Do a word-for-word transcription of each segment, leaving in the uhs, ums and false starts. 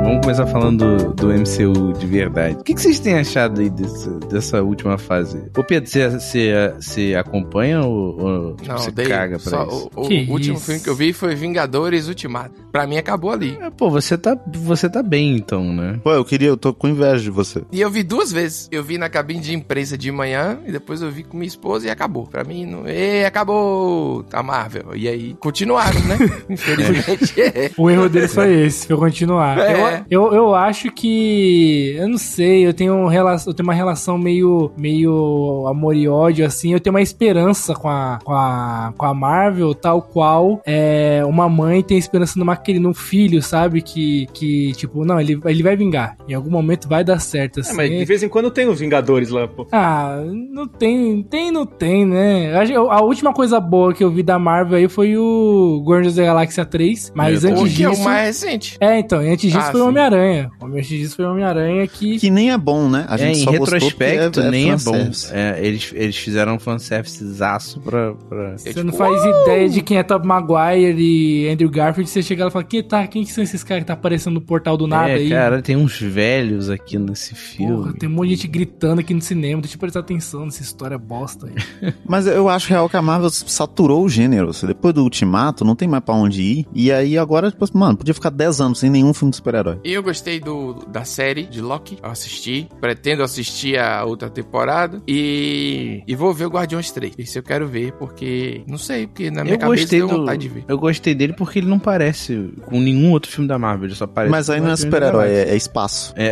vamos começar falando do, do M C U de verdade. O que, que vocês têm achado aí dessa, dessa última fase? Ô Pedro, você, você, você acompanha ou, ou tipo, Não, você dei, caga pra só isso? O, o Que último isso? filme que eu vi foi Vingadores Ultimato. Pra mim acabou ali. É, pô, você tá, você tá bem então, né? Pô, eu queria, eu tô com inveja de você. E eu vi duas vezes. Eu vi na cabine de imprensa de manhã e depois eu vi com minha esposa e acabou. Pra mim, não... e acabou a Marvel. E aí, continuaram, né? Infelizmente, é. O erro deles foi esse, foi continuar. É. Eu, eu, eu acho que... Eu não sei, eu tenho, um rela- eu tenho uma relação meio, meio amor e ódio, assim. Eu tenho uma esperança com a, com a, com a Marvel, tal qual é, uma mãe tem esperança numa, num filho, sabe? Que, que tipo, não, ele, ele vai vingar. Em algum momento vai dar certo, assim. É, mas de vez em quando tem os Vingadores lá, pô. Ah, não tem, tem, não tem, né? Eu acho- eu- A última coisa boa que eu vi da Marvel aí foi o Guardiões da Galáxia três, mas É, antes O que é disso... o mais recente. É, então, e antes disso Ah, foi o sim. Homem-Aranha. Antes disso foi o Homem-Aranha que... Que nem é bom, né? A É, gente em só gostou porque retrospecto, nem é bom. fanservice. É, eles, eles fizeram um fanservice-zaço pra... pra... Eu, Você tipo, não faz ideia de quem é Tobey Maguire e Andrew Garfield, você chega lá e fala, que tá, quem que são esses caras que tá aparecendo no portal do nada é, aí? cara, tem uns velhos aqui nesse filme. Porra, tem um monte de gente gritando aqui no cinema, deixa eu prestar atenção nessa história bosta aí. Mas eu acho real que a Marvel saturou o gênero. Depois do Ultimato, não tem mais pra onde ir. E aí agora, tipo, mano, podia ficar dez anos sem nenhum filme de super-herói. E eu gostei do, da série de Loki. Eu assisti. Pretendo assistir a outra temporada. E, e vou ver o Guardiões três. Esse eu quero ver, porque... Não sei, porque na minha Eu cabeça gostei deu do, vontade de ver. eu gostei dele porque ele não parece com nenhum outro filme da Marvel, ele só parece. Mas aí com não é Guardiões da super-herói, Galáxia. é, é espaço. É,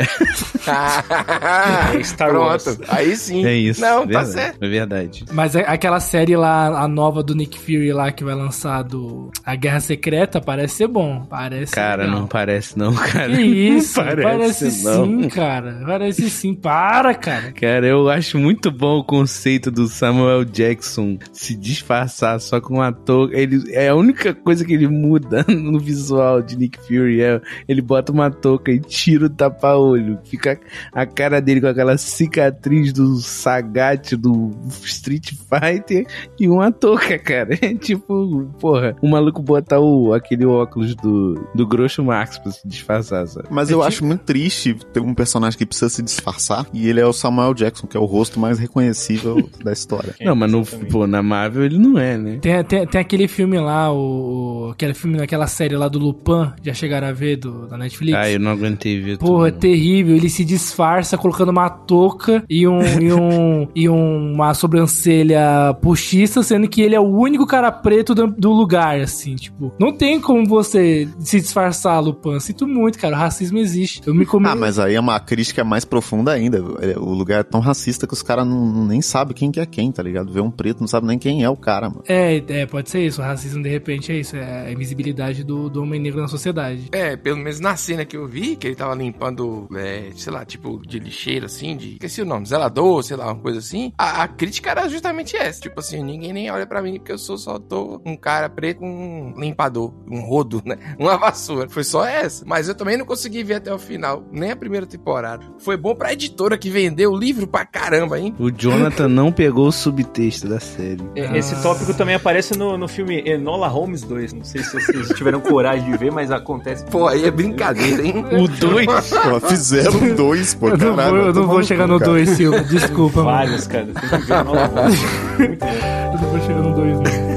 É Star Wars. Pronto. Aí sim. é isso. Não, verdade, tá certo. É verdade. Mas é- aquela série lá, a nova do Nick Fury lá, que vai lançar do A Guerra Secreta, parece ser bom. Parece Cara, legal. não parece não, cara. Que isso? Não Parece, não. sim, cara. Parece sim. Para, cara. Cara, eu acho muito bom o conceito do Samuel Jackson se disfarçar só com um ator. Ele, é a única coisa que ele muda no visual de Nick Fury. É, ele bota uma touca e tira o tapa-olho. Fica a cara dele com aquela cicatriz do Sagat do Street Fighter e uma touca, cara. É tipo, porra, o maluco bota o, aquele óculos do, do Groucho Marx pra se disfarçar, sabe? Mas eu acho muito triste ter um personagem que precisa se disfarçar. E ele é o Samuel Jackson, que é o rosto mais reconhecível da história. Não, mas no, Exatamente. pô, na Marvel ele não é, né? Tem, tem, tem aquele filme lá, o, o- aquele filme, aquela série lá do Lupin, já chegaram a ver do, da Netflix? Ah, eu não aguentei ver Porra, é tudo. terrível. Ele se disfarça colocando uma touca e, um, e, um, e uma sobrancelha postiça, sendo que ele é o único cara preto do, do lugar, assim, tipo. Não tem como você se disfarçar, Lupin. Sinto muito, cara. O racismo existe. Eu me comi... Ah, mas aí é uma crítica mais profunda ainda. O lugar é tão racista que os caras não, nem sabem quem que é quem, tá ligado? Vê um preto, não sabe nem quem é o cara, mano. É, é, pode ser isso. O racismo, de repente, é isso. É a invisibilidade do, do homem negro na sociedade. É, pelo menos na cena que eu vi, que ele tava limpando, é, sei lá, tipo, de lixeira, assim, de... Esqueci o nome, zelador, sei lá, uma coisa assim. A, a crítica era justamente essa. Tipo assim, ninguém nem olha pra mim porque eu sou só tô um cara preto com um limpador, um rodo, né? Uma vassoura. Foi só essa. Mas eu também não consegui ver até o final, nem a primeira temporada. Foi bom pra editora que vendeu o livro pra caramba, hein? O Jonathan não pegou o subtexto da série. E- Esse tópico também aparece no, no filme Enola Holmes dois. Não sei se vocês tiveram coragem de ver, mas acontece. Pô, aí é brincadeira, hein? O dois? Pô, fizeram dois, pô, Eu não vou, caralho. eu não tô vou maluco, chegar no cara. dois, Silvio. Desculpa, mano. Vários, cara. Tem que ver Enola Holmes. Muito bom. Eu não vou chegar no dois, não.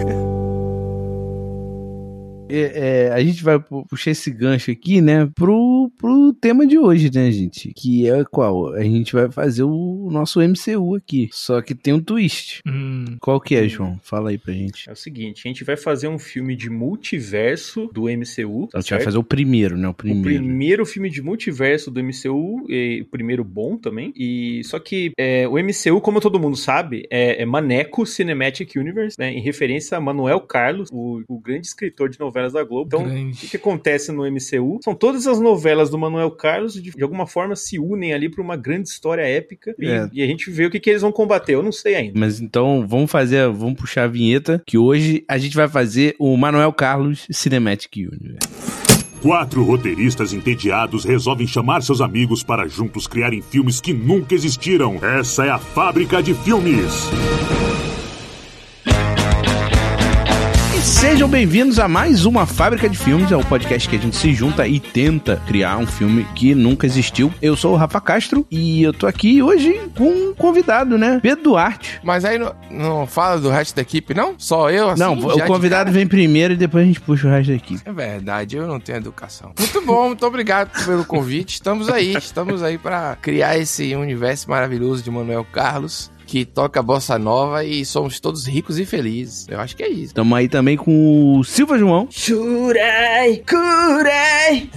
É, é, a gente vai pu- puxar esse gancho aqui, né, pro, pro tema de hoje, né, gente? Que é qual? A gente vai fazer o nosso M C U aqui. Só que tem um twist. Hum. Qual que é, João? Fala aí pra gente. É o seguinte, a gente vai fazer um filme de multiverso do M C U, tá A gente vai certo? fazer o primeiro, né? O O primeiro. primeiro filme de multiverso do M C U, e o primeiro bom também. E só que é, o M C U, como todo mundo sabe, é, é Maneco Cinematic Universe, né, em referência a Manuel Carlos, o, o grande escritor de novelas da Globo. Então, Grande. o que, que acontece no M C U? São todas as novelas do Manuel Carlos de, de alguma forma se unem ali para uma grande história épica e, É. e a gente vê o que, que eles vão combater. Eu não sei ainda. Mas então, vamos fazer, vamos puxar a vinheta, que hoje a gente vai fazer o Manuel Carlos Cinematic Universe. Quatro roteiristas entediados resolvem chamar seus amigos para juntos criarem filmes que nunca existiram. Essa é a Fábrica de Filmes. Seja Sejam bem-vindos a mais uma Fábrica de Filmes, é o podcast que a gente se junta e tenta criar um filme que nunca existiu. Eu sou o Rafa Castro e eu tô aqui hoje com um convidado, né? Pedro Duarte. Mas aí não, não fala do resto da equipe, não? Só eu, assim? Não, o convidado vem primeiro e depois a gente puxa o resto da equipe. É verdade, eu não tenho educação. Muito bom, muito obrigado pelo convite. Estamos aí, estamos aí pra criar esse universo maravilhoso de Manuel Carlos, que toca bossa nova e somos todos ricos e felizes. Eu acho que é isso. Tamo aí também com o Silva João. Churei, curei.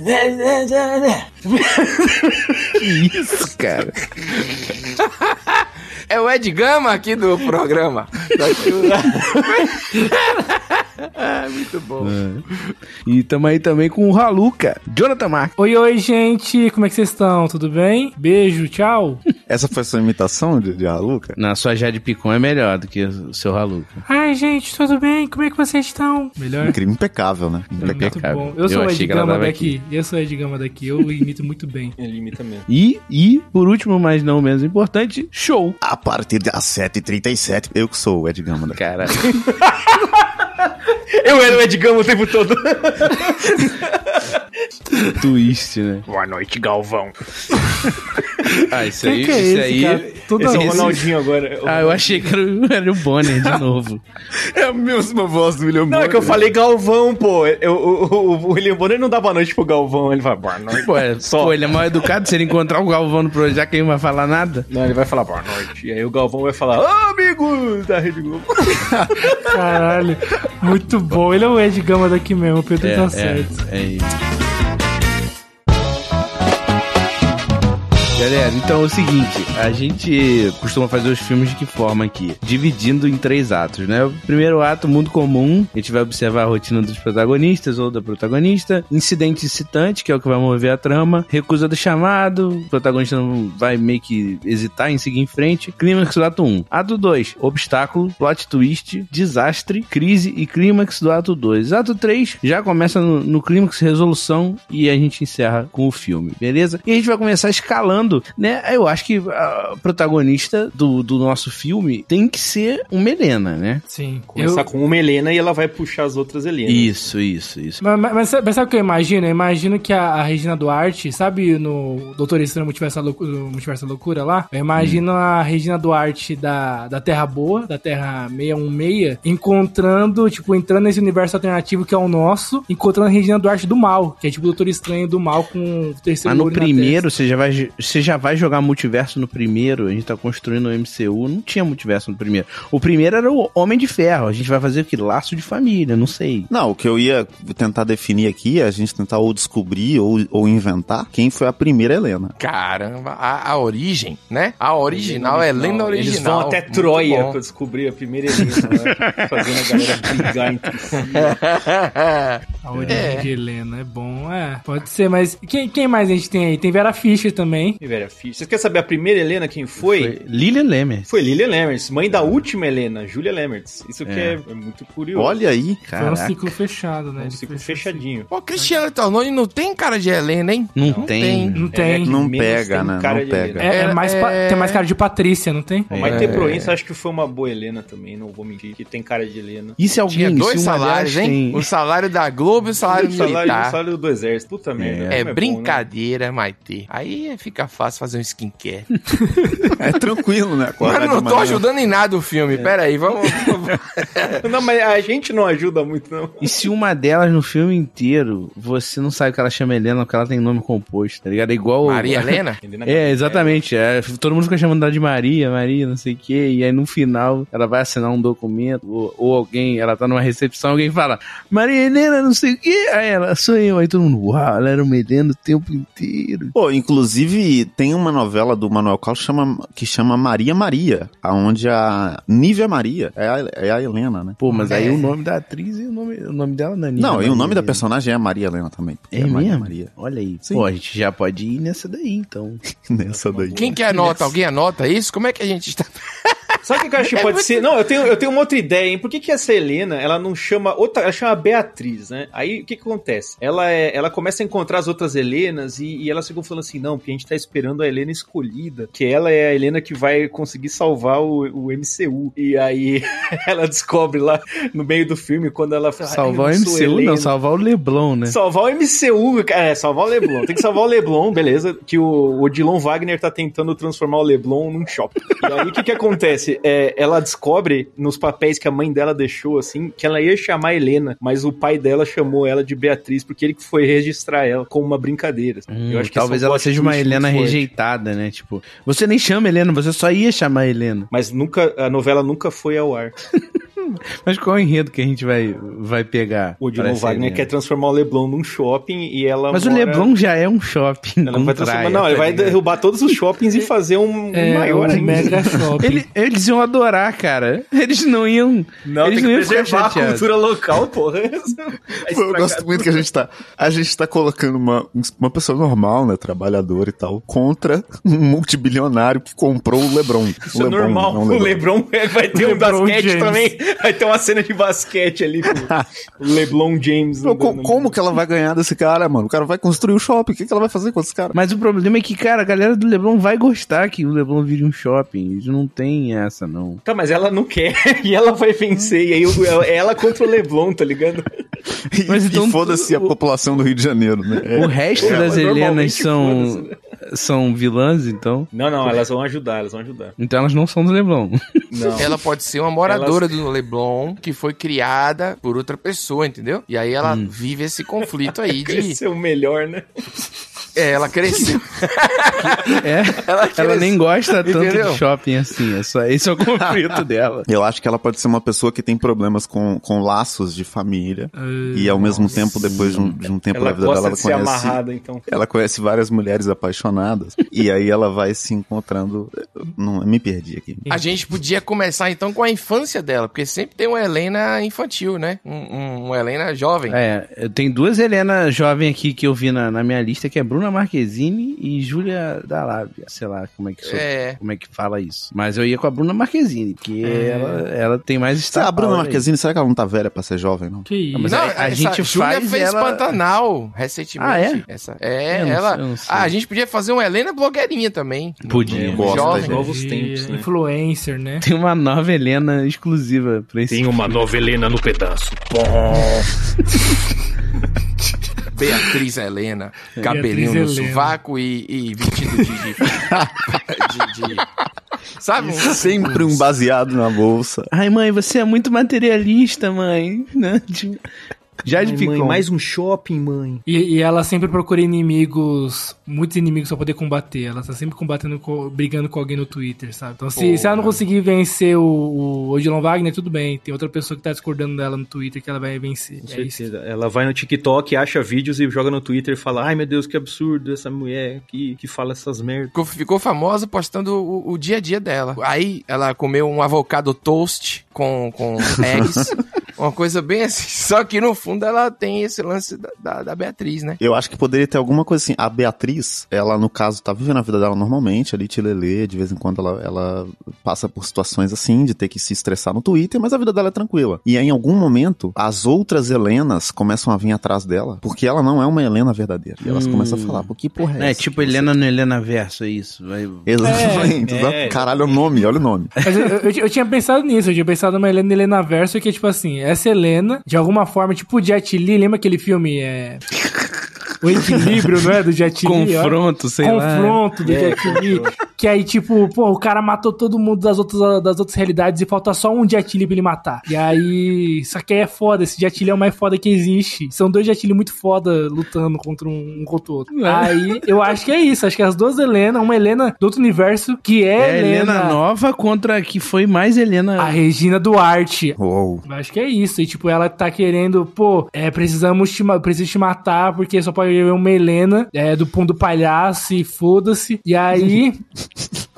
Que isso, cara? É o Ed Gama aqui do programa. Ah, muito bom. É. E tamo aí também com o Haluca, Jonathan Marques. Oi, oi, gente. Como é que vocês estão? Tudo bem? Beijo, tchau. Essa foi a sua imitação de, de Haluca? Na sua Jade Picon é melhor do que o seu Haluca. Ai, gente, tudo bem? Como é que vocês estão? Melhor? Incrível, impecável, né? É muito Impecável. bom. Eu sou Eu o achei Ed que ela Gama tava daqui. aqui. Eu sou o Ed Gama daqui. Eu imito muito bem. Ele imita mesmo. E, e, por último, mas não menos importante, show. A partir das sete e trinta e sete, eu que sou o Ed Gama daqui. Cara, Eu era o Ed Gama o tempo todo. twist, né? Boa noite, Galvão. Ah, isso Quem aí, que é isso esse, aí. cara? Toda esse- Esse é o esse- Ronaldinho agora. Ah, eu achei que era, o- era o Bonner de novo. É a mesma voz do William Não, é que eu falei Galvão, pô. Eu, o, o, o William Bonner não dá boa noite pro Galvão. Ele fala boa noite. Pô, é, Só. pô, ele é mal educado. Se ele encontrar o Galvão no Projac, ele não vai falar nada. Não, ele vai falar boa noite. E aí o Galvão vai falar, ô, amigo da Rede Globo. Caralho. Muito bom. Ele é o Ed Gama daqui mesmo. O Pedro É, tá é, certo. é isso. Galera, então é o seguinte, a gente costuma fazer os filmes de que forma aqui? Dividindo em três atos, né? O primeiro ato, mundo comum, a gente vai observar a rotina dos protagonistas ou da protagonista. Incidente excitante, que é o que vai mover a trama. Recusa do chamado, o protagonista não vai meio que hesitar em seguir em frente. Clímax do ato um. Ato dois, obstáculo, plot twist, desastre, crise e clímax do ato dois. Ato três já começa no, no clímax, resolução e a gente encerra com o filme, beleza? E a gente vai começar escalando, né? Eu acho que a protagonista do, do nosso filme tem que ser uma Helena, né? Sim. Começar Eu... com uma Helena e ela vai puxar as outras Helenas. Isso, isso, isso. Mas, mas, mas, mas sabe o que eu imagino? Eu imagino que a, a Regina Duarte, sabe no Doutor Estranho Multiverso da Loucura, Multiverso da Loucura lá? Eu imagino hum. a Regina Duarte da, da Terra Boa, da Terra seiscentos e dezesseis, encontrando, tipo, entrando nesse universo alternativo que é o nosso, encontrando a Regina Duarte do mal, que é tipo o Doutor Estranho do mal com o terceiro Mas no olho na primeiro, testa. você já, vai, você já vai jogar multiverso no primeiro, a gente tá construindo o M C U, não tinha multiverso no primeiro. O primeiro era o Homem de Ferro, a gente vai fazer o que? Laço de família, não sei. Não, o que eu ia tentar definir aqui é a gente tentar ou descobrir ou, ou inventar quem foi a primeira Helena. Caramba, a, a origem, né? A original, a Helena original. Eles vão até Muito Troia bom. pra descobrir a primeira Helena, né? Fazendo a galera brigar entre si. A origem É. de Helena é bom, é. Pode ser, mas quem, quem mais a gente tem aí? Tem Vera Fischer também. E Vera Fischer. Vocês querem saber a primeira Helena quem foi? Foi Lilian Lemmer. Foi Lilian Lemmertz, mãe da última Helena, Julia Lemmertz. Isso que é, é muito curioso. Olha aí, Foi um Caraca. ciclo fechado, né? É um Ele ciclo fechou fechadinho. Pô, Cristiano Tornoni não tem cara de Helena, hein? Não, Não tem. tem. Não É, tem. que Não menos pega, tem né? cara Não de pega. Helena. É, é É, mais pa- é- tem mais cara de Patrícia, não tem? O Maite Proença acho que foi uma boa Helena também, não vou mentir, que tem cara de Helena. E se alguém, Tinha dois se uma salários, delas hein? tem- O salário da Globo e o salário O salário, o militar. salário do exército, puta merda. É, como bom, brincadeira, Maite. Aí fica fácil fazer um skincare. É tranquilo, né? Acordar Mas de não tô manhã. ajudando em nada o filme. Pera aí, vamos... né? Não, mas a gente não ajuda muito, não. E se uma delas no filme inteiro, você não sabe que ela chama Helena porque ela tem nome composto, tá ligado? É igual... Maria Helena? Helena É, exatamente. É, todo mundo fica chamando ela de Maria, Maria, não sei o quê. E aí no final ela vai assinar um documento, ou, ou alguém, ela tá numa recepção, alguém fala, Maria Helena, não sei o quê. Aí ela, sou eu. Aí todo mundo, uau, ela era uma Helena o tempo inteiro. Pô, inclusive tem uma novela do Manuel Carlos chama, que chama Maria Maria, aonde a Nívia Maria é a, é a Helena, né? Pô, mas aí É. o nome da atriz e o nome, o nome dela não é Nívia Não, e o Maria nome da Helena. personagem é Maria Helena também. É Maria mesmo? Maria. Olha aí. Sim. Pô, a gente já pode ir nessa daí, então. Nessa daí. Quem que anota? Alguém anota isso? Como é que a gente está... Sabe o que eu acho que pode ser? Não, eu tenho, eu tenho uma outra ideia, hein? Por que que essa Helena, ela não chama outra, ela chama Beatriz, né? Aí, o que que acontece? Ela, é, ela começa a encontrar as outras Helenas e, e elas ficam falando assim, não, porque a gente tá esperando a Helena escolhida, que ela é a Helena que vai conseguir salvar o, o M C U. E aí, ela descobre lá no meio do filme, quando ela fala... Salvar o M C U, não, salvar o Leblon, né? Salvar o M C U, cara, é, salvar o Leblon. Tem que salvar o Leblon, beleza, que o, o Odilon Wagner tá tentando transformar o Leblon num shopping. E aí, o que que acontece? É, ela descobre nos papéis que a mãe dela deixou, assim, que ela ia chamar Helena, mas o pai dela chamou ela de Beatriz, porque ele foi registrar ela como uma brincadeira. Hum, eu acho que talvez ela seja uma Helena rejeitada, né? Tipo, você nem chama Helena, você só ia chamar Helena. Mas nunca, a novela nunca foi ao ar. Mas qual é o enredo que a gente vai, vai pegar? O Odilon Wagner quer transformar o Leblon num shopping e ela Mas mora... o Leblon já é um shopping. Ela não vai transformar, não, ele vai derrubar todos os shoppings e fazer um é, maior um ainda. mega shopping. Ele, eles iam adorar, cara. Eles não iam. Não, eles tem não que preservar a cultura local, porra. Pô, eu gosto muito que a gente tá. A gente tá colocando uma, uma pessoa normal, né? Trabalhadora e tal, contra um multibilionário que comprou o Lebron. Isso o é Lebron, normal. não, o Lebron vai ter um basquete James. também. Vai ter uma cena de basquete ali com o LeBron James. Pô, co- como que ela vai ganhar desse cara, mano? O cara vai construir o shopping. O que, que ela vai fazer com esse cara? Mas o problema é que, cara, a galera do Leblon vai gostar que o Leblon vire um shopping. Eles não tem essa, não. Tá, mas ela não quer. E ela vai vencer. E aí é ela contra o Leblon, tá ligado? E, mas então, e foda-se a população do Rio de Janeiro, né? O resto é, das Helenas são, são vilãs, então? Não, não, elas vão ajudar, elas vão ajudar. Então elas não são do Leblon. Não. Ela pode ser uma moradora elas... do Leblon que foi criada por outra pessoa, entendeu? E aí ela hum. vive esse conflito aí de... Cresceu melhor, né? É, ela cresceu. É, ela, ela nem gosta tanto Entendeu? de shopping assim. É só, esse é o conflito dela. Eu acho que ela pode ser uma pessoa que tem problemas com, com laços de família. Uh, e ao mesmo nossa. tempo, depois de um, de um tempo ela da vida dela, ela de conhece... amarrada, então. Ela conhece várias mulheres apaixonadas. E aí ela vai se encontrando... Não, me perdi aqui. A gente podia começar então com a infância dela, porque sempre tem uma Helena infantil, né? Um, um, uma Helena jovem. É, eu tenho duas Helena jovem aqui que eu vi na, na minha lista, que é Bruna Marquezine e Júlia Dalabia. Sei lá como é que sou, é. como é que fala isso. Mas eu ia com a Bruna Marquezine, porque é. ela, ela tem mais estado. A Bruna Marquezine, será que ela não tá velha pra ser jovem, não? Que isso? Mas não, a, a gente Júlia faz fez ela... Pantanal recentemente. Ah, é? Essa, é, eu ela... Não, ah, a gente podia fazer uma Helena blogueirinha também. Podia. Um, um jovem. Novos tempos, né? Influencer, né? Tem uma nova Helena exclusiva pra esse Tem uma nova Helena no pedaço. Beatriz Helena, cabelinho no sovaco e, e vestido de... de, de, de sabe? Um, sempre um baseado na bolsa. Ai, mãe, você é muito materialista, mãe. Já de mãe, mais um shopping, mãe. E, e ela sempre procura inimigos, muitos inimigos pra poder combater. Ela tá sempre combatendo, brigando com alguém no Twitter, sabe? Então, se, se ela não conseguir vencer o, o Odilon Wagner, tudo bem. Tem outra pessoa que tá discordando dela no Twitter que ela vai vencer. Com é certeza. Isso. Ela vai no TikTok, acha vídeos e joga no Twitter e fala: ai, meu Deus, que absurdo essa mulher que, que fala essas merdas. Ficou, ficou famosa postando o, o dia a dia dela. Aí, ela comeu um avocado toast com, com eggs. Uma coisa bem assim. Só que no fundo ela tem esse lance da, da, da Beatriz, né? Eu acho que poderia ter alguma coisa assim. A Beatriz, ela no caso tá vivendo a vida dela normalmente, ali tilelê, de vez em quando ela, ela passa por situações assim, de ter que se estressar no Twitter, mas a vida dela é tranquila. E aí, em algum momento, as outras Helenas começam a vir atrás dela, porque ela não é uma Helena verdadeira. E elas hum. começam a falar, pô, que porra é, é essa? É tipo Helena no Helena Verso, é isso? Vai... Exatamente. É, é. Caralho, é o nome, olha o nome. Mas eu, eu, eu tinha pensado nisso, eu tinha pensado numa Helena no Helena Verso, que é tipo assim, essa Helena, de alguma forma, tipo o Jet Li, lembra aquele filme, é... O Equilíbrio, não é? Do Jet Li. Confronto, sei Confronto lá. Confronto do é, Jet Li. Que aí, tipo, pô, o cara matou todo mundo das outras, das outras realidades e falta só um Jet Li pra ele matar. E aí, só que aí é foda, esse Jet Li é o mais foda que existe. São dois Jet Li muito foda lutando contra um, um contra o outro. É. Aí, eu acho que é isso. Acho que as duas Helena, uma Helena do outro universo, que é, é Helena... Helena nova contra a que foi mais Helena... A Regina Duarte. Uou. Eu acho que é isso. E, tipo, ela tá querendo, pô, é, precisamos te, preciso te matar porque só pode haver uma Helena é, do Pão do Palhaço e foda-se. E aí...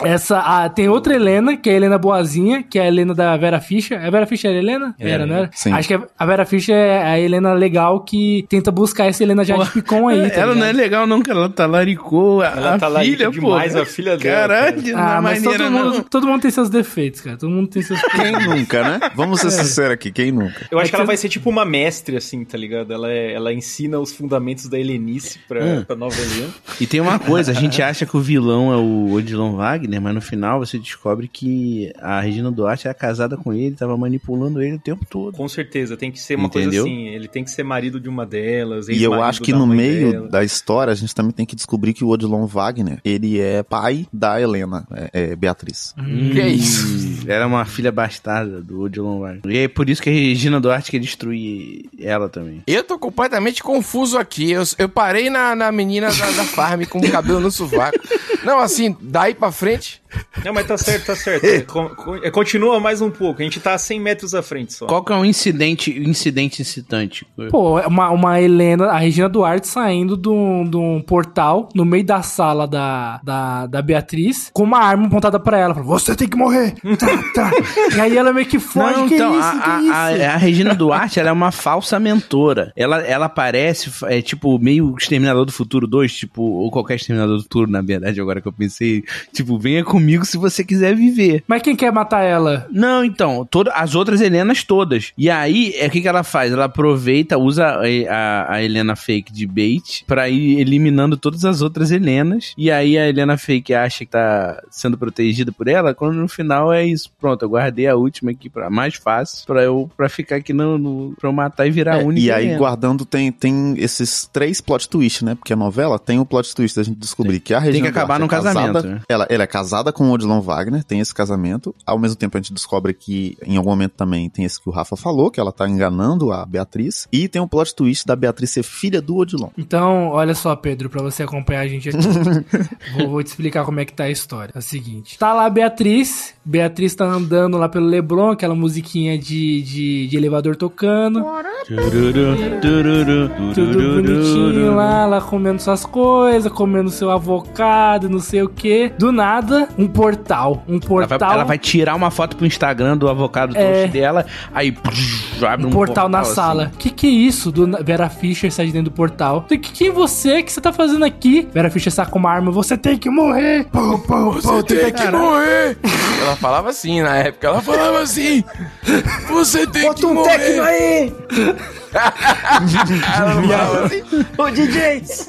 Essa, ah, tem outra Helena, que é a Helena Boazinha, que é a Helena da Vera Fischer. É a Vera Fischer era a Helena? É, era, não era? sim. Acho que a Vera Fischer é a Helena legal que tenta buscar essa Helena Jade Picon aí, tá Ela ligado? não é legal não, que ela talaricou a, Ela a talaricou filha, pô. demais a filha dela, Caralho, cara. não Ah, é mas maneira todo não. mundo, todo mundo tem seus defeitos, cara. Todo mundo tem seus Quem nunca, né? Vamos ser sinceros aqui, quem nunca? Eu acho É que ela que- vai ser tipo uma mestre, assim, tá ligado? Ela, é- ela ensina os fundamentos da Helenice pra, Hum. pra nova Helena. E tem uma coisa, a gente acha que o vilão é o Odilon Wagner, mas no final você descobre que a Regina Duarte era casada com ele, tava manipulando ele o tempo todo. Com certeza, tem que ser uma Entendeu? coisa assim. Ele tem que ser marido de uma delas. E eu ex-marido acho que da no mãe meio dela. da história a gente também tem que descobrir que o Odilon Wagner, ele é pai da Helena, é, é Beatriz. Que é isso? Era uma filha bastarda do Odilon Wagner. E é por isso que a Regina Duarte quer destruir ela também. Eu tô completamente confuso aqui. Eu, eu parei na, na menina da, da farm com o cabelo no sovaco. Não, assim, daí pra frente. Não, mas tá certo, tá certo. É, con- con- é, continua mais um pouco. A gente tá a cem metros à frente só. Qual que é o incidente, incidente incitante? Pô, uma, uma Helena, a Regina Duarte saindo de um, de um portal no meio da sala da, da, da Beatriz com uma arma apontada pra ela. Fala, você tem que morrer! Tá, tá. E aí ela meio que foge. Não, que então, isso? a, que a, isso? a- a Regina Duarte, ela é uma falsa mentora. Ela, ela parece, é tipo, meio Exterminador do Futuro dois, tipo, ou qualquer Exterminador do Futuro, na verdade, agora que eu pensei, tipo, venha comigo se você quiser viver. Mas quem quer matar ela? Não, então, toda, as outras Helenas todas. E aí, é o que, que ela faz? Ela aproveita, usa a, a, a Helena fake de bait pra ir eliminando todas as outras Helenas. E aí a Helena fake acha que tá sendo protegida por ela, quando no final é isso. Pronto, eu guardei a última aqui pra mais fácil, pra eu pra ficar aqui no, no pra eu matar e virar a É, única e aí, Helena. guardando, tem, tem esses três plot twists, né? Porque a novela tem o plot twist da gente descobrir que a Regina que acabar Duarte num é casada, casamento, né? ela, ela é casada com o Odilon Wagner, tem esse casamento. Ao mesmo tempo, a gente descobre que, em algum momento também, tem esse que o Rafa falou, que ela tá enganando a Beatriz. E tem o plot twist da Beatriz ser filha do Odilon. Então, olha só, Pedro, pra você acompanhar a gente aqui. vou, vou te explicar como é que tá a história. É o seguinte. Tá lá a Beatriz. Beatriz tá andando lá pelo Leblon, aquela musiquinha de, de, de elevador tocando. Tururu, tururu, Tudo tururu. bonitinho lá, lá comendo suas coisas, comendo seu avocado, não sei o que. Do nada, um portal. Um Ela portal. vai, ela vai tirar uma foto pro Instagram do avocado É. toast dela, aí psh, abre Um um portal na assim. sala. Que que é isso? Do Vera Fischer sai de dentro do portal. Que que é você? O que você tá fazendo aqui? Vera Fischer saca uma arma. Você tem que morrer. Pô, pô, Você tem que morrer! Ela falava assim na época, ela falava assim: Você tem que morrer! aí! Ela não falava assim. Ô, D Js!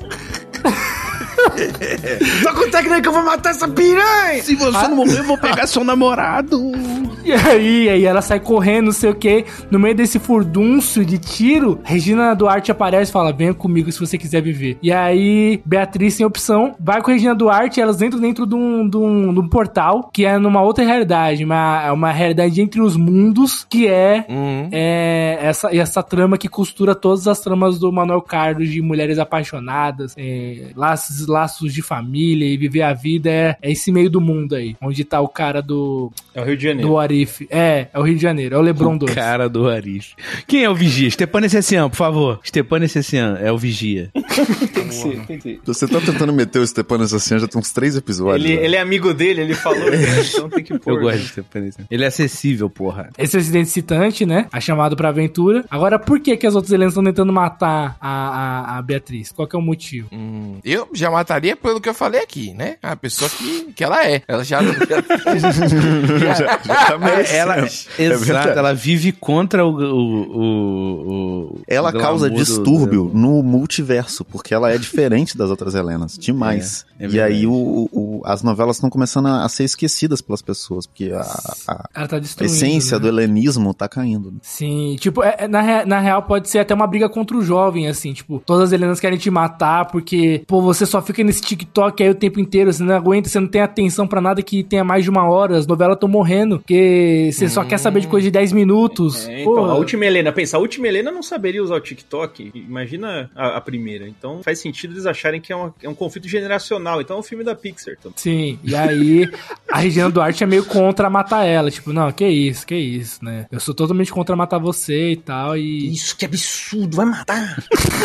Tô com técnica que eu vou matar essa piranha! Se você não morrer, eu vou pegar seu namorado. E aí, aí ela sai correndo, não sei o que. No meio desse furdúncio de tiro, Regina Duarte aparece e fala: venha comigo se você quiser viver. E aí, Beatriz sem opção, vai com a Regina Duarte e elas entram dentro de um, de um, de um portal, que é numa outra realidade, uma, uma realidade entre os mundos, que é, Uhum. é essa, essa trama que costura todas as tramas do Manuel Carlos de mulheres apaixonadas, é, laços, laços de família e viver a vida. É, é esse meio do mundo aí, onde tá o cara do, É o Rio de Janeiro. do What If. É, é o Rio de Janeiro, é o Lebron dois. Cara do Arif. Quem é o Vigia? Stepan Essessian, por favor. Stepan Essessian é o Vigia. Tem que ser, tem que ser. Você tá tentando meter o Stepan assim já tem uns três episódios. Ele, né? ele é amigo dele, ele falou, né? Então tem que pôr. Eu gosto né? de Stepan Essessian. Ele é acessível, porra. Esse acidente citante, né? A chamado pra aventura. Agora, por que que as outras Helenas estão tentando matar a, a, a Beatriz? Qual que é o motivo? Hum, eu já mataria pelo que eu falei aqui, né? A pessoa que, que ela é. Ela já. já, já tá merecendo. Ela, É exato, verdade. ela vive contra o. o, o, o Ela o causa glamour do- distúrbio do- no multiverso, porque ela é diferente das outras Helenas, demais. É, é e verdade. aí o, o- as novelas estão começando a, a ser esquecidas pelas pessoas, porque a, a- Ela tá a destruindo. essência né? do helenismo tá caindo. né? Sim, tipo, é- é- na, rea- na real pode ser até uma briga contra o jovem, assim, tipo, todas as Helenas querem te matar porque, pô, você só fica nesse TikTok aí o tempo inteiro, você não aguenta, você não tem atenção pra nada que tenha mais de uma hora, as novelas estão morrendo, porque você só quer saber de coisa de dez minutos. É, então, Pô, a última Helena, pensa, a última Helena não saberia usar o TikTok, imagina a, a primeira. Então faz sentido eles acharem que é, uma- é um conflito generacional, então é um filme da Pixar também. Sim, e aí a Regina Duarte é meio contra matar ela, tipo, não, que isso, que isso, né? Eu sou totalmente contra matar você e tal, e... Isso, que absurdo, vai matar!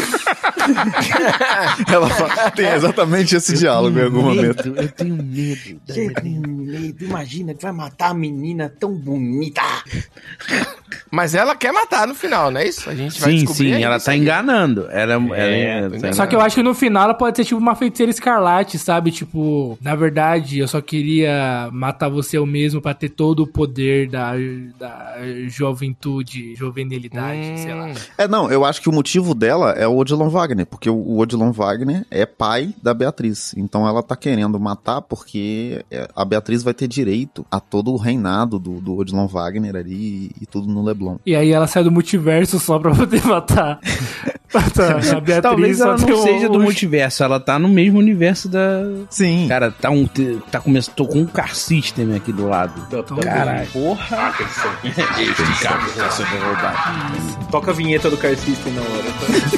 Ela fala, tem exatamente esse diálogo em algum momento. Eu tenho medo. Da Eu tenho medo, imagina que vai matar a menina tão bonita. Mas ela quer matar no final, não é isso? A gente vai Sim, descobrir sim, ainda ela isso tá aí. enganando. Ela, ela, É, ela tô tá enganando. Só que eu acho que no final ela pode ser tipo uma feiticeira escarlate, sabe? Tipo, na verdade, eu só queria matar você eu mesmo pra ter todo o poder da, da juventude, juvenilidade, Hum. sei lá. É, não, eu acho que o motivo dela é o Odilon Wagner, porque o, o Odilon Wagner é pai da Beatriz. Então ela tá querendo matar porque a Beatriz vai ter direito a todo o reinado do, do Odilon Wagner ali e, e tudo no Leblon. E aí ela sai do multiverso só pra poder matar, matar a Beatriz. Talvez ela só não tem seja um- do multiverso, ela tá no mesmo universo da... Sim. Cara, tá um... Tá começando... Tô com um Car System aqui do lado. Caralho. Porra. Atenção. Este carro está sendo roubado. Toca a vinheta do Car System na hora.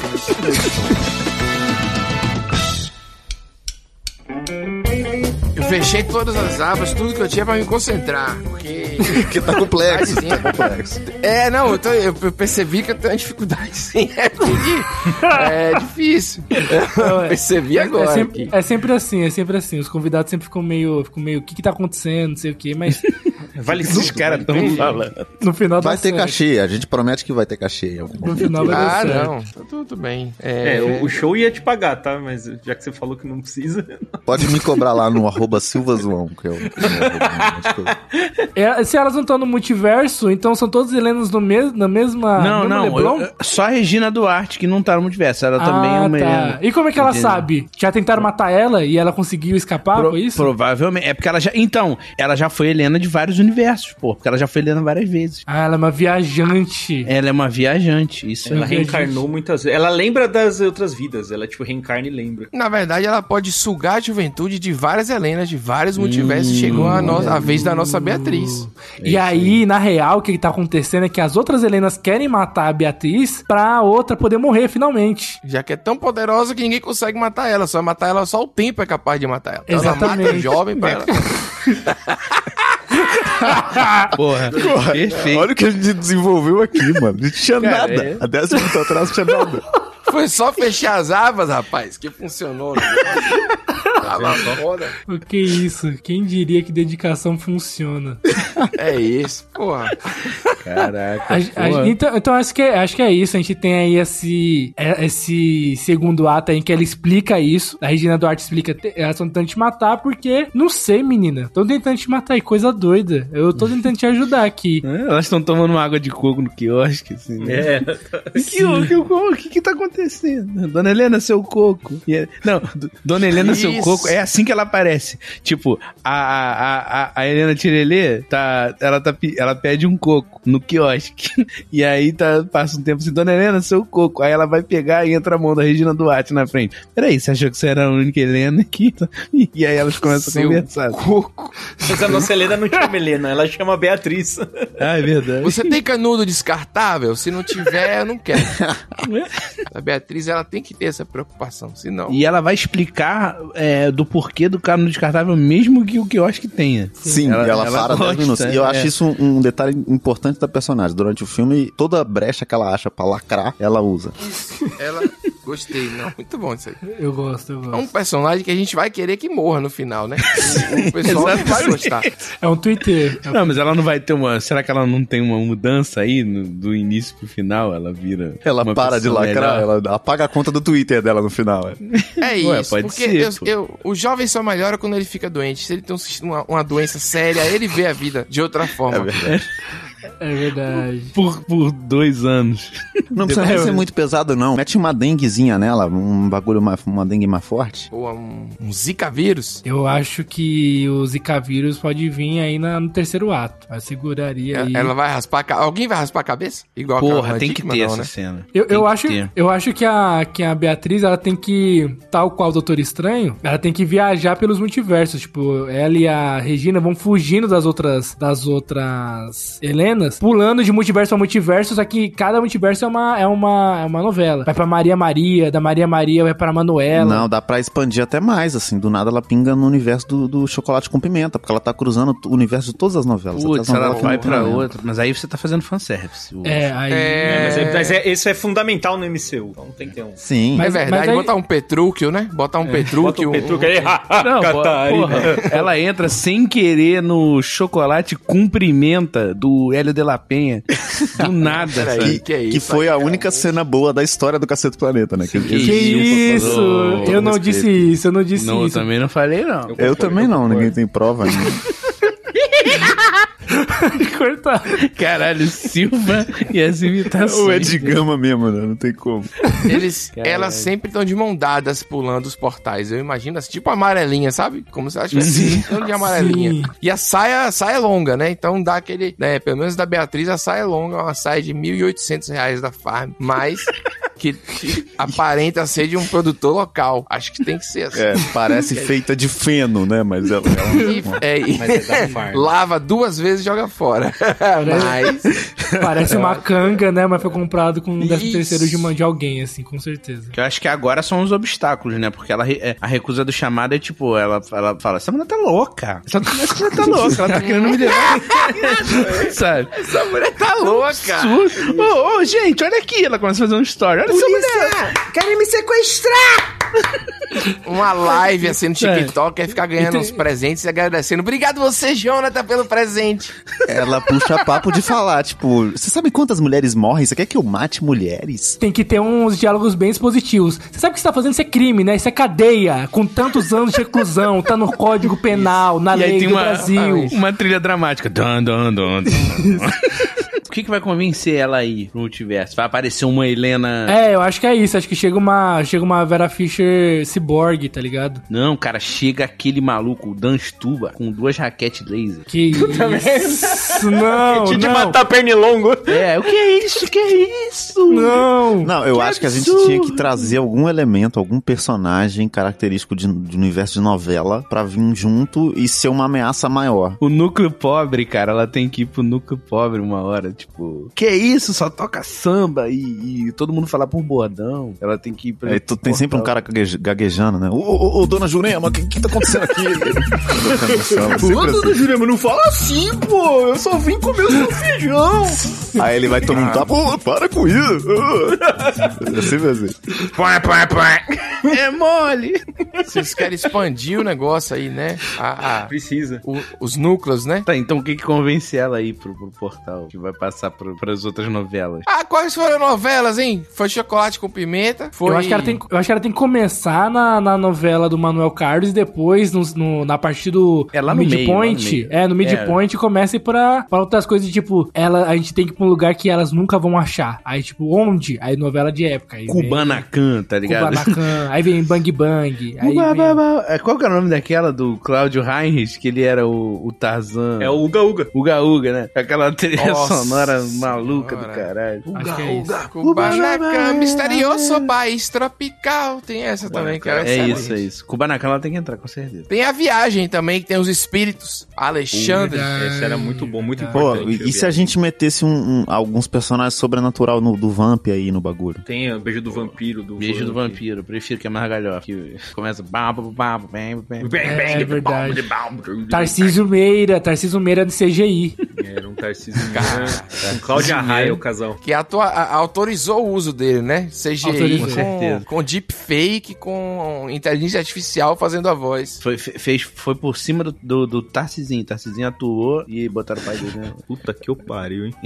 Eu fechei todas as abas, tudo que eu tinha pra me concentrar. Porque. Porque tá complexo. Cidadezinha. Tá complexo. É, não, eu, tô- eu percebi que eu tenho uma dificuldade sim. É, porque é difícil. Eu é- percebi É agora. sempre, aqui. é sempre assim, é sempre assim. Os convidados sempre ficam meio, ficam meio, o que que tá acontecendo, não sei o que, mas Vale Esses tudo, caras vale tão tudo. falando. no final Vai dá ter certo. cachê, a gente promete que vai ter cachê. em algum No momento. final vai dar Ah, certo. não. Tá tudo bem. É, É, o, o show ia te pagar, tá? Mas já que você falou que não precisa. Pode me cobrar lá no arroba silvazoão, que é o... que é o arroba, É, se elas não estão no multiverso, então são todas Helenas no mes, na mesma. Não, no não. mesmo Leblon? eu- só a Regina Duarte que não tá no multiverso. Ela também é Ah, uma tá. Helena. E como é que ela Entendeu? sabe? Já tentaram matar ela e ela conseguiu escapar, Pro- foi isso? Provavelmente. É porque ela já. Então, ela já foi Helena de vários universos, pô. Porque ela já foi Helena várias vezes. Ah, ela é uma viajante. Ela é uma viajante. Isso Ela é. reencarnou muitas vezes. Ela lembra das outras vidas. Ela, tipo, reencarna e lembra. Na verdade, ela pode sugar a juventude de várias Helenas, de vários multiversos. Chegou a, no- a vez da nossa Beatriz. E aí, na real, o que tá acontecendo é que as outras Helenas querem matar a Beatriz pra outra poder morrer finalmente. Já que é tão poderosa que ninguém consegue matar ela. Só matar ela, só o tempo é capaz de matar ela. Então ela mata Exatamente. o jovem pra ela. Porra. Perfeito. Olha o que a gente desenvolveu aqui, mano. A gente tinha Cara, nada. é. Há dez minutos atrás não tinha nada. Foi só fechar as abas, rapaz, que funcionou. Né? Tava foda. O que isso? Quem diria que dedicação funciona? É isso, porra. Caraca. A- a- porra. então, então acho, que é, acho que é isso. A gente tem aí esse, é- esse segundo ato aí em que ela explica isso. A Regina Duarte explica: te- elas estão tentando te matar porque, não sei, menina. Estão tentando te matar aí, coisa doida. Eu tô tentando te ajudar aqui. É, Elas estão tomando uma água de coco no quiosque, assim. Né? É. Que, o que, o que que tá acontecendo? Dona Helena, seu coco. E é- não, D- Dona Helena, seu Isso. coco, é assim que ela aparece. Tipo, a, a, a, a Helena Tirelê, tá, ela, tá, pe- ela pede um coco no quiosque. E aí tá, passa um tempo assim, Dona Helena, seu coco. Aí ela vai pegar e entra a mão da Regina Duarte na frente. Peraí, você achou que você era a única Helena aqui? E aí elas começam Seu a conversar. coco. Mas a nossa Helena não chama Helena, ela chama Beatriz. Ah, é verdade. Você tem canudo descartável? Se não tiver, eu não quero. A Beatriz, ela tem que ter essa preocupação, senão... E ela vai explicar é, do porquê do cano descartável, mesmo que o quiosque tenha. Sim, Ela- e ela, ela para gosta, dez minutos. E eu é. acho isso um, um detalhe importante da personagem. Durante o filme, toda brecha que ela acha pra lacrar, ela usa. Ela... Gostei, não. Muito bom isso aí. Eu gosto, eu É um gosto. personagem que a gente vai querer que morra no final, né? O, o pessoal não vai gostar. É um Twitter. É um- Não, mas ela não vai ter uma... Será que ela não tem uma mudança aí no- do início pro final? Ela vira... Ela uma para de pessoa lacrar, melhor? ela apaga a conta do Twitter dela no final. É. É Ué, isso, pode porque ser, eu, pô. eu- o jovem só melhora quando ele fica doente. Se ele tem um- uma, uma doença séria, ele vê a vida de outra forma. É verdade. Por, por dois anos. Não precisa nem ser muito pesado, não. Mete uma denguezinha nela, um bagulho, mais, uma dengue mais forte. Ou um, um zika vírus. Eu acho que o Zika vírus pode vir aí na- no terceiro ato. Eu seguraria aí. Ela vai raspar a ca... Alguém vai raspar a cabeça? Igual aquela Porra, tem que Dickman, ter não, essa né? cena. Eu, Tem eu, que acho, ter. eu acho que a, que a Beatriz, ela tem que, tal qual o Doutor Estranho, ela tem que viajar pelos multiversos. Tipo, ela e a Regina vão fugindo das outras, das outras Helenas cenas pulando de multiverso pra multiverso, só que cada multiverso é uma, é uma, é uma novela. Vai pra Maria Maria, da Maria Maria vai pra Manuela. Não, dá pra expandir até mais, assim. Do nada ela pinga no universo do, do Chocolate com Pimenta, porque ela tá cruzando o universo de todas as novelas. Putz, ela novelas vai que pra não tem outra. Mas aí você tá fazendo fanservice. É, aí... É, mas, é, mas é, isso é fundamental no M C U, então tem que ter um... Sim. Mas- é verdade, mas aí- botar um Petrúquio, né? Botar um Bota Petrúquio. o Petruca aí, Não, Catarina. porra, ela entra sem querer no Chocolate Cumprimenta do Hélio de la Penha. Do nada, Peraí, sabe? que é Que isso? foi a única cena boa da história do Cacete Planeta, né? Que, Que Que existiu pra isso? fazer- Eu não respeito. disse isso, eu não disse Não, eu isso. também não falei, não. Eu concordo, também eu não, concordo. ninguém tem prova ainda. Cortar. Caralho, Silva e as imitações. Ou é de gama mesmo, né? Não tem como. Eles, Caralho. elas sempre estão de mão dadas pulando os portais. Eu imagino assim, tipo amarelinha, sabe? Como se elas estivessem pulando de amarelinha. Sim. E a saia, a saia é longa, né? Então dá aquele, né? Pelo menos da Beatriz, a saia é longa, é uma saia de mil e oitocentos reais da Farm, mas que, que aparenta ser de um produtor local. Acho que tem que ser assim. É, parece feita de feno, né? Mas ela, ela E, é, e- Mas é da Farm. lava duas vezes e joga fora. Mas Parece uma canga, né? Mas foi comprado com um décimo Isso. terceiro de mão de alguém, assim, com certeza. Que eu acho que agora são os obstáculos, né? Porque ela, re- é, a recusa do chamado é tipo, ela, ela fala, essa mulher tá louca. Essa essa mulher tá louca, ela tá querendo me levar. Sabe? essa mulher tá louca. Ô, ô, gente, olha aqui. Ela começa a fazer um story. Olha essa mulher. Querem me sequestrar! Uma live assim no TikTok, aí ficar ganhando E tem- uns presentes e agradecendo. Obrigado você, Jonathan, pelo presente. Ela puxa papo de falar, tipo, você sabe quantas mulheres morrem? Você quer que eu mate mulheres? Tem que ter uns diálogos bem expositivos. Você sabe o que você tá fazendo? Isso é crime, né? Isso é cadeia. Com tantos anos de reclusão. Tá no Código Penal, na E lei aí tem do uma, Brasil. uma trilha dramática. Dun, dun, dun, dun. O que, que vai convencer ela aí pro multiverso? Vai aparecer uma Helena... É, eu acho que é isso. Acho que chega uma, chega uma Vera Fischer ciborgue, tá ligado? Não, cara, chega aquele maluco, o Dan Stuba, com duas raquetes laser. Que isso? Não, Tinha de não. matar pernilongo. É, o que é isso? O que é isso? Não. Não, eu Que acho que a gente absurdo. tinha que trazer algum elemento, algum personagem característico de, de universo de novela pra vir junto e ser uma ameaça maior. O núcleo pobre, cara, ela tem que ir pro núcleo pobre uma hora, tipo... Que é isso? Só toca samba e, e todo mundo fala por bordão. Ela tem que ir pra... Aí tu tem sempre um cara gagueja- gaguejando, né? Ô, ô, ô, dona Jurema, o que que tá acontecendo aqui? Tocando samba, sempre assim. Jurema, não fala assim, pô. Eu só vim comer o seu feijão. Aí ele vai tomar um tapa, ô, para com isso. É sempre assim. Põe, põe, põe. É mole! Vocês querem expandir o negócio aí, né? A, a- Precisa. o- os núcleos, né? Tá, então o que que convence ela aí pro, pro portal? Que vai passar pro, pras outras novelas? Ah, quais foram as novelas, hein? Foi Chocolate com Pimenta. Foi... Eu acho, que ela tem, eu acho que ela tem que começar na, na novela do Manuel Carlos e depois, no, no- na partir do É lá no meio, midpoint. lá no meio. É, no midpoint começa a ir pra, pra outras coisas, tipo, ela, a gente tem que ir pra um lugar que elas nunca vão achar. Aí, tipo, onde? Aí novela de época. Aí vem Kubanacan, tá ligado? Kubanacan, aí vem Bang Bang. Aí Uba, vem... ba, ba. É, qual que era o nome daquela do Cláudio Heinrich, que ele era o, o Tarzan? É o Uga Uga. Uga Uga, né? Aquela trilha Nossa sonora maluca senhora. do caralho. Acho que é isso. Kubanacan, misterioso país tropical. Tem essa também, que era É excelente. isso, é isso. Kubanacan ela tem que entrar, com certeza. Tem a viagem também, que tem os espíritos. Alexandre. Verdade. Esse era muito bom, muito Pô, importante. e, e se a gente metesse um, um- alguns personagens sobrenatural no, do Vamp aí no bagulho? Tem o Beijo do Vampiro. Do Beijo do Vamp. vampiro, eu prefiro que é mais galhofa. Que começa... bam, bam, bam, bam, bam. Bang, É, bang, é verdade. bam, bam. Tarcísio Meira, Tarcísio Meira de C G I. Era um Tarcísio Meira com Cláudia Raia, o casal. Que atua- a- autorizou o uso dele, né? C G I, Autorizou. com, Com certeza. com deepfake, com inteligência artificial fazendo a voz. Foi, fe- fez, foi por cima do, do, do Tarcizinho. Tarcizinho atuou e botaram o pai dele, né? Puta que eu pariu, hein?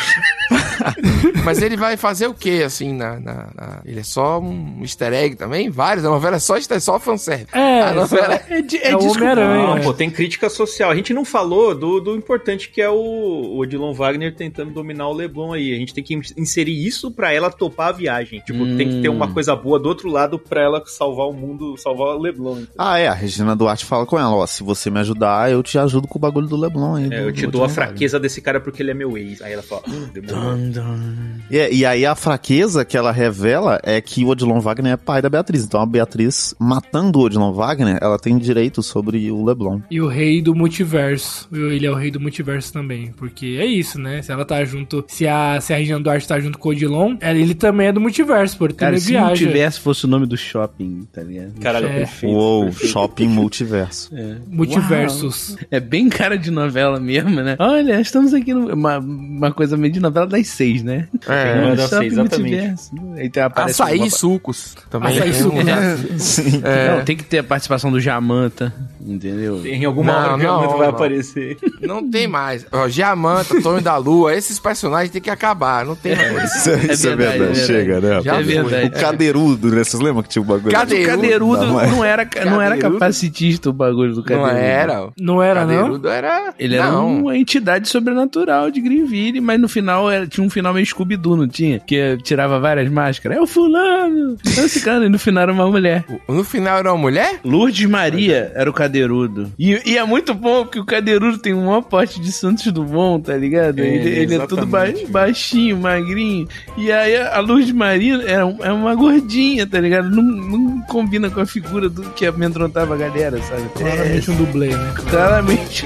Mas ele vai fazer o quê, assim, na, na- na- Ele é só um easter egg também? Vários? A novela é só, é só fanservice. É, A novela É, de, é o Homem-Aranha. Não, pô, tem crítica social. A gente não falou do, do importante que é o, o Odilon Wagner tentando dominar o Leblon aí. A gente tem que inserir isso pra ela topar a viagem. Tipo, Hum. tem que ter uma coisa boa do outro lado pra ela salvar o mundo, salvar o Leblon. entendeu? Ah, é, a Regina Duarte fala com ela, ó, se você me ajudar, eu te ajudo com o bagulho do Leblon aí. É, do- eu te do dou a Odilon fraqueza desse cara porque ele é meu ex. Aí ela fala, hum, demorou. E, e aí a fraqueza que ela revela é que o Odilon Wagner é pai da Beatriz. Então a Beatriz, matando o Odilon Wagner, ela tem direito sobre o Leblon. E o rei do multiverso. Ele é o rei do multiverso também. Porque é isso, né? Se ela tá junto... Se a, se a Regina Duarte tá junto com o Odilon, ele também é do multiverso, porque Cara, ele se viaja. o multiverso fosse o nome do shopping, tá ligado? Caralho, É. perfeito. Uou, perfeito. shopping multiverso. É. Multiversos. Uau. É bem cara de novela mesmo, né? Olha, estamos aqui numa uma, uma coisa meio de novela das seis, né? É, novela das Shopping seis, exatamente. multiverso. Aí tem, aparece Açaí uma- e sucos. Também Açaí e tem um- sucos. Sim. É. Não, tem que ter a participação do Jamanta, entendeu? Em alguma Não, hora o não, Jamanta vai não. aparecer. Não tem mais. Ó, Diamanta, Tonho da Lua, esses personagens tem que acabar. Não tem mais. Isso, é- isso é verdade, verdade, é chega, né? Já é foi. verdade. O cadeirudo, né? Vocês lembram que tinha o bagulho? Cadê? O cadeirudo Não, mas- não era, não era Cadeirudo? capacitista o bagulho do cadeirudo. Não era. Não era, não? Cadeirudo era... Ele era não. uma entidade sobrenatural de Greenville, mas no final era, tinha um final meio Scooby-Doo, não tinha? Que eh, tirava várias máscaras. É o fulano! É esse cara. E no final era uma mulher. No final era uma mulher? Lourdes Maria era o cadeirudo. E, e é muito bom porque o cadeirudo tem um maior porte de Santos Dumont, tá ligado? É, ele ele é tudo ba- exatamente. baixinho, magrinho. E aí a Lourdes Maria é, um- é uma gordinha, tá ligado? Não, não combina com a figura do que amedrontava a galera, sabe? Claramente um dublê, né? É, claramente.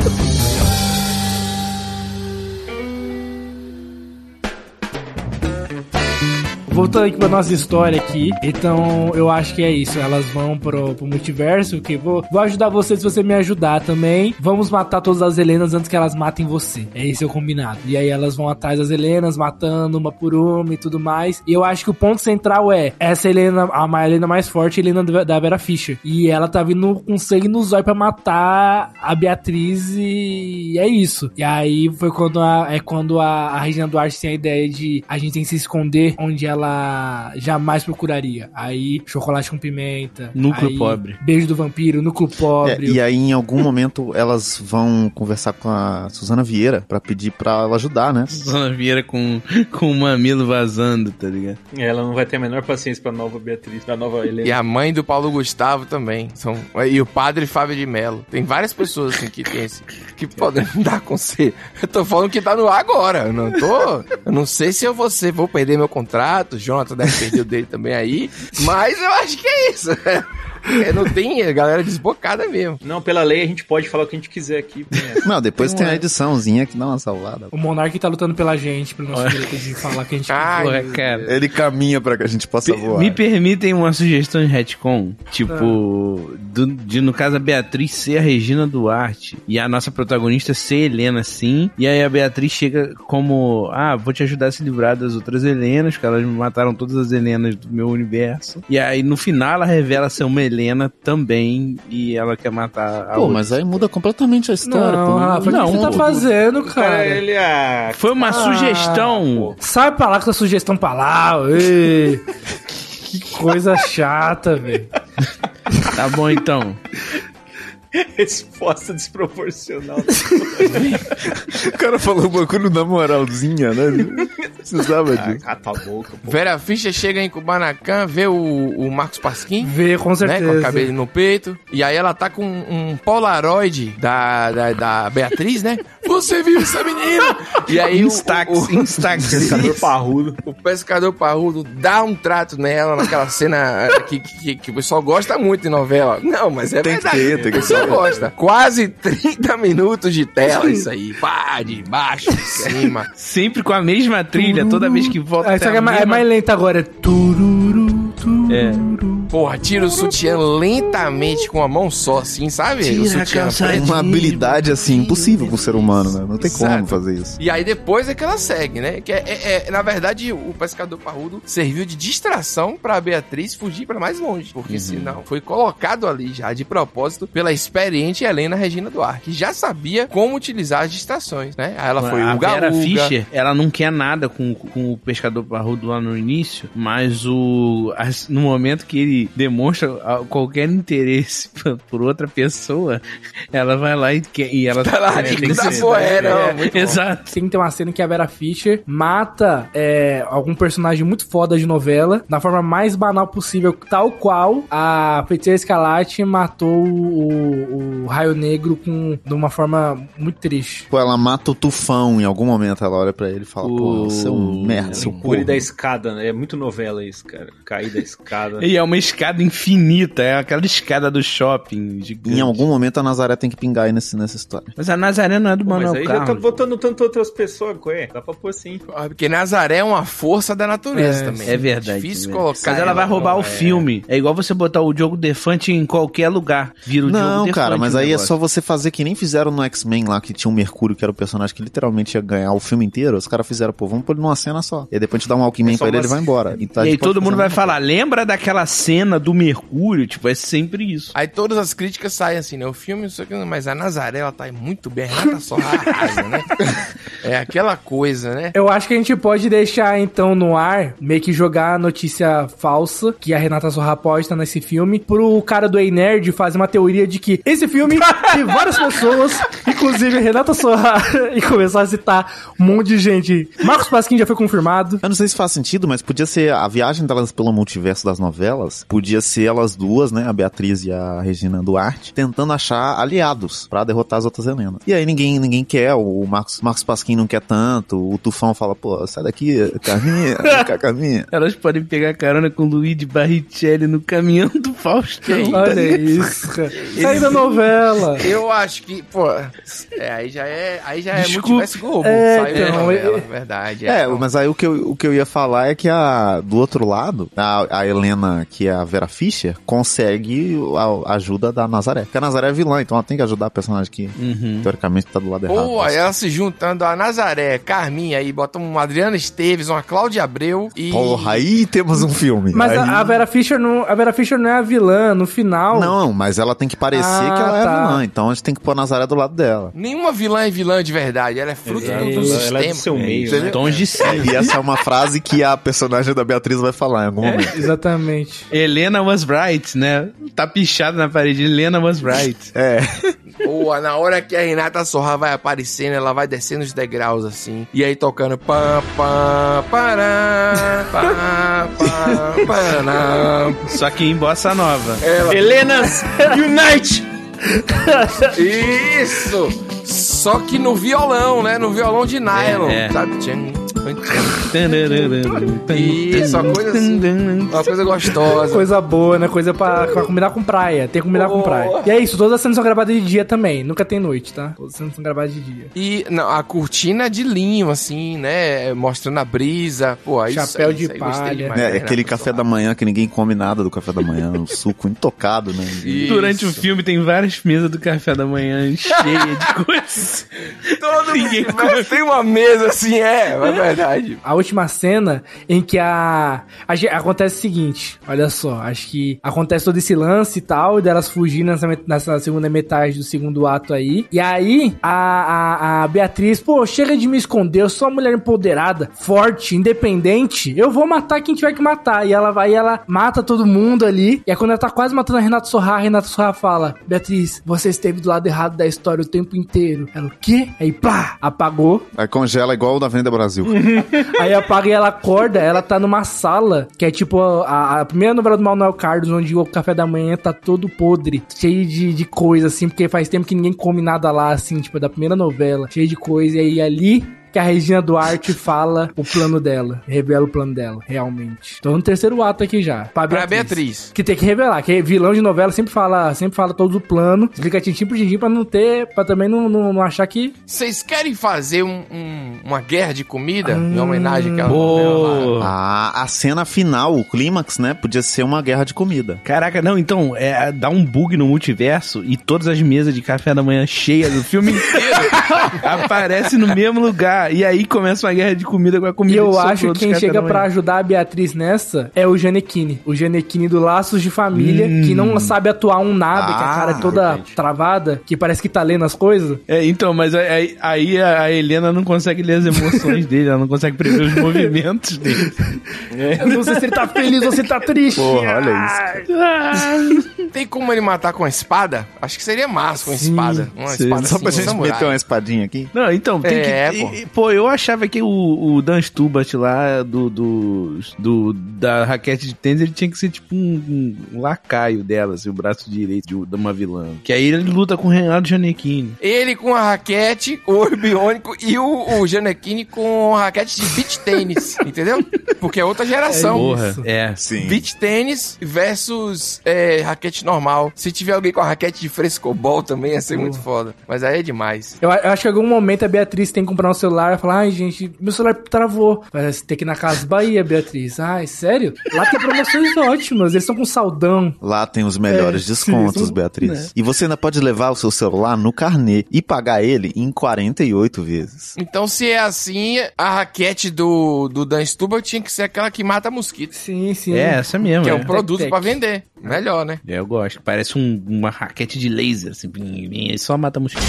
Voltando aqui pra nossa história aqui, então eu acho que é isso. Elas vão pro, pro multiverso, que vou, vou ajudar você se você me ajudar também. Vamos matar todas as Helenas antes que elas matem você. É esse o combinado. E aí elas vão atrás das Helenas, matando uma por uma e tudo mais. E eu acho que o ponto central é essa Helena, a Helena mais forte, a Helena da Vera Fischer. E ela tá vindo com sangue no zóio pra matar a Beatriz e é isso. E aí foi quando a, é quando a, a Regina Duarte tem a ideia de a gente tem que se esconder onde ela jamais procuraria. Aí, chocolate com pimenta. Núcleo aí, pobre. Beijo do vampiro, núcleo É, pobre. e aí, em algum momento, elas vão conversar com a Suzana Vieira pra pedir pra ela ajudar, né? Susana Vieira com, com o mamilo vazando, tá ligado? Ela não vai ter a menor paciência pra nova Beatriz, da nova Helena. E a mãe do Paulo Gustavo também. São... E o padre Fábio de Mello. Tem várias pessoas assim que tem esse... que podem dar conselho. Eu tô falando que tá no ar agora. Eu não tô... Eu não sei se eu vou, ser, vou perder meu contrato. O Jonathan deve perder o dele também aí. Mas eu acho que é isso. É, não tem... A galera desbocada mesmo. Não, pela lei a gente pode falar o que a gente quiser aqui. Né? Não, depois Tem tem, uma- a ediçãozinha que dá uma salvada. O Monark tá lutando pela gente, pelo nosso direito de falar que a gente Ai, Porra, meu cara. Ele caminha pra que a gente possa Pe- voar. Me permitem uma sugestão de retcon? Tipo, do- de no caso a Beatriz ser a Regina Duarte e a nossa protagonista ser Helena, sim. E aí a Beatriz chega como: ah, vou te ajudar a se livrar das outras Helenas, porque elas mataram todas as Helenas do meu universo. E aí no final ela revela ser uma Helena também e ela quer matar a Pô, outra. mas aí muda completamente a história, Não, pô. Rafa, o que Não, você tá pô. fazendo, Cara, cara? ele é... Foi uma Ah, sugestão. Sai pra lá com essa sugestão pra lá, ê. Que coisa chata, velho. Tá bom então. Resposta desproporcional. O cara falou um bagulho na moralzinha, né? Precisava Ah, disso. cata a boca, pô. Vera Fischer chega em Kubanacan, vê o, o Marcos Pasquim, Vê, com né, certeza. com a cabelo no peito, e aí ela tá com um Polaroid da, da, da Beatriz, né? Você viu essa menina? E aí o, Instax, o, Instax. Pescador parrudo. o pescador parrudo dá um trato nela naquela cena que, que, que o pessoal gosta muito de novela. Não, mas é Tem que verdade. ter, tem que o pessoal ter. gosta. Quase trinta minutos de tela isso aí. Pá, de baixo, de cima. Sempre com a mesma trilha, toda vez que volta. Ah, só tem que é, a mais, é mesma- mais lento agora. É tururu, tururu. É. Porra, tira o sutiã lentamente com a mão só, assim, sabe? Tira o a sutiã calça preto. Uma habilidade, assim, impossível pro ser humano, né? Não tem como Exato. fazer isso. E aí depois é que ela segue, né? Que é, é- é- na verdade, o pescador parrudo serviu de distração pra Beatriz fugir pra mais longe. Porque senão foi colocado ali já de propósito pela experiente Helena Regina Duarte, que já sabia como utilizar as distrações, né? Aí ela foi a uga Vera uga. Fischer, ela não quer nada com, com o pescador parrudo lá no início, mas o as- no momento que ele ele demonstra qualquer interesse por outra pessoa, ela vai lá e, quer, e ela... Tá lá, é, tem que dar poé, não. É, exato. Tem que ter uma cena que a Vera Fischer mata é, algum personagem muito foda de novela, da forma mais banal possível, tal qual a Feiticeira Escarlate matou o, o Raio Negro com, de uma forma muito triste. Pô, ela mata o Tufão em algum momento, ela olha pra ele e fala, o... pô, você é um merda, seu Pule porra. da escada, né? É muito novela isso, cara. Cair da escada. E é uma escada infinita, é aquela escada do shopping gigante. Em algum momento a Nazaré tem que pingar aí nesse, nessa história. Mas a Nazaré não é do Pô, Manuel mas aí Carlos. já tá botando tanto outras pessoas, ué. Dá pra pôr assim. Porque Nazaré é uma força da natureza É, também. É verdade. Difícil é colocar. Mas ela vai roubar o filme. É igual você botar o Diogo Defante em qualquer lugar. Vira o Diogo Não, Defante. cara, mas o aí é negócio. só você fazer que nem fizeram no X-Men lá, que tinha o Mercúrio, que era o personagem que literalmente ia ganhar o filme inteiro. Os caras fizeram, pô, vamos pôr ele numa cena só. E aí depois a gente dá um Walkman É só pra ele, uma ele vai embora. Então, a E aí gente pode todo mundo fazer vai falar, lembra daquela cena do Mercúrio? Tipo, é sempre isso. Aí todas as críticas saem assim, né? O filme, não sei o que, mas a Nazaré, ela tá muito bem. A Renata Sorra arrasa, né? É aquela coisa, né? Eu acho que a gente pode deixar, então, no ar, meio que jogar a notícia falsa, que a Renata Sorra posta nesse filme, pro cara do Ei Nerd fazer uma teoria de que esse filme tem várias pessoas, inclusive a Renata Sorra, e começar a citar um monte de gente. Marcos Pasquim já foi confirmado. Eu não sei se faz sentido, mas podia ser a viagem delas pelo multiverso das novelas, podia ser elas duas, né, a Beatriz e a Regina Duarte, tentando achar aliados pra derrotar as outras Helenas. E aí ninguém, ninguém quer, o Marcos, Marcos Pasquim não quer tanto, o Tufão fala, pô, sai daqui, Carminha, vem cá, Carminha. Elas podem pegar carona com o Luigi Barrichelli no caminhão do Faustão. Olha isso, cara. Sai da novela. Eu acho que, pô, é, aí já é, aí já é Desculpa. Multiverso Globo. É, Saiu da então, novela, é- verdade. É, não. mas aí o que, eu, o que eu ia falar é que a, do outro lado, a, a Helena, que é a Vera Fischer, consegue a, a ajuda da Nazaré. Porque a Nazaré é vilã, então ela tem que ajudar a personagem que, Uhum. teoricamente, tá do lado errado. Pô, aí ela se juntando a Nazaré, Carminha aí, bota um Adriana Esteves, uma Cláudia Abreu e... Porra, aí temos um filme. Mas Aí- a, a Vera Fischer não, a Vera Fischer não é a vilã, no final. Não, mas ela tem que parecer Ah, que ela é tá. a vilã. Então a gente tem que pôr a Nazaré do lado dela. Nenhuma vilã é vilã de verdade, ela é fruto Exato. do, do Ela- sistema. ela é do seu meio, Entendeu? né? Tons de cinza. E essa é uma frase que a personagem da Beatriz vai falar em algum momento. Exatamente. Helena was right, né? Tá pichado na parede. Helena was right. É. Pô, na hora que a Renata Sorra vai aparecendo, ela vai descendo os degraus assim. E aí tocando pá, pá, pará, pá, pá, paraná. Só que em bossa nova. Ela... Helenas Unite! Isso! Só que no violão, né? No violão de nylon. É, é. Sabe? Tchan, tchan. Isso, uma coisa assim. Uma coisa gostosa. Coisa boa, né? Coisa pra, pra combinar com praia. Tem que combinar com Oh. praia. E é isso, todas as cenas são gravadas de dia também. Nunca tem noite, tá? Todas as cenas são gravadas de dia. E não, a cortina de linho, assim, né? Mostrando a brisa. Pô, aí Chapéu isso, de isso aí gostei palha. demais, É, né, aquele Renata café Sorra. da manhã que ninguém come nada do café da manhã, um suco intocado, né? Isso. Durante o filme tem várias mesas do café da manhã cheias de coisas. Todo Ninguém mundo tem uma mesa assim, é, é verdade. A última cena em que a, a ge- acontece o seguinte, olha só, acho que acontece todo esse lance e tal, e delas fugindo nessa, met- nessa segunda metade do segundo ato aí, e aí a, a, a Beatriz, pô, chega de me esconder, eu sou uma mulher empoderada, forte, independente, eu vou matar quem tiver que matar, e ela vai, e ela mata todo mundo ali, e aí quando ela tá quase matando a Renata Sorra, a Renata Sorra fala, Beatriz, você esteve do lado errado da história o tempo inteiro. Ela, o quê? Aí pá, apagou. Aí congela igual o da Avenida Brasil. Aí apaga e ela acorda, ela tá numa sala, que é tipo a, a primeira novela do Manuel Carlos, onde o café da manhã tá todo podre, cheio de, de coisa, assim, porque faz tempo que ninguém come nada lá, assim, tipo, da primeira novela, cheio de coisa, e aí ali que a Regina Duarte fala o plano dela, revela o plano dela, realmente. Tô no terceiro ato aqui já. Pra Pra Beatriz. Que tem que revelar, que vilão de novela sempre fala, sempre fala todo o plano, explica tintim por tintim pra não ter, pra também não, não, não achar que... Vocês querem fazer um, um- uma guerra de comida em homenagem àquela Boa. novela lá? A, a cena final, o clímax, né? Podia ser uma guerra de comida. Caraca, não, então, é, dá um bug no multiverso e todas as mesas de café da manhã cheias do filme inteiro aparecem no mesmo lugar. chegar, e aí começa uma guerra de comida com a comida E eu que acho sobrou que dos quem café chega da pra manhã. ajudar a Beatriz nessa é o Gianecchini. O Gianecchini do Laços de Família, Hum. que não sabe atuar um nada, que a Ah, cara é toda importante. travada, que parece que tá lendo as coisas. É, então, mas aí, aí a a Helena não consegue ler as emoções dele, ela não consegue prever os movimentos dele. Eu não sei se ele tá feliz ou se ele tá triste. Porra, olha isso. Tem como ele matar com a espada? Acho que seria massa com a Sim, espada. Uma sim. espada Só pra assim, gente samurai. meter uma espadinha aqui. Não, então, tem É, que... pô. e- Pô, eu achava que o, o Dan Stubart lá do, do, do- da raquete de tênis, ele tinha que ser tipo um, um lacaio dela, assim, o braço direito de, de uma vilã. Que aí ele luta com o Renato Gianecchini. Ele com a raquete, o olho biônico e o, o Gianecchini com a raquete de beach tênis, entendeu? Porque é outra geração. Porra, isso. é. Sim. Beach tênis versus é, raquete normal. Se tiver alguém com a raquete de frescobol também ia ser muito foda. Mas aí é demais. Eu, eu acho que em algum momento a Beatriz tem que comprar um celular e falar, ai, gente, meu celular travou. Vai ter que ir na Casa Bahia, Beatriz. Ai, sério? Lá tem promoções ótimas, eles estão com saldão. Lá tem os melhores É, descontos, sim, Beatriz. né? E você ainda pode levar o seu celular no carnê e pagar ele em quarenta e oito vezes. Então, se é assim, a raquete do, do Dan Stubart tinha que ser aquela que mata mosquito. Sim, sim. É, essa mesmo. Que é é. um produto Tec-tec. pra vender. Melhor, né? É, eu gosto. Parece um- uma raquete de laser, assim, aí só mata mosquito.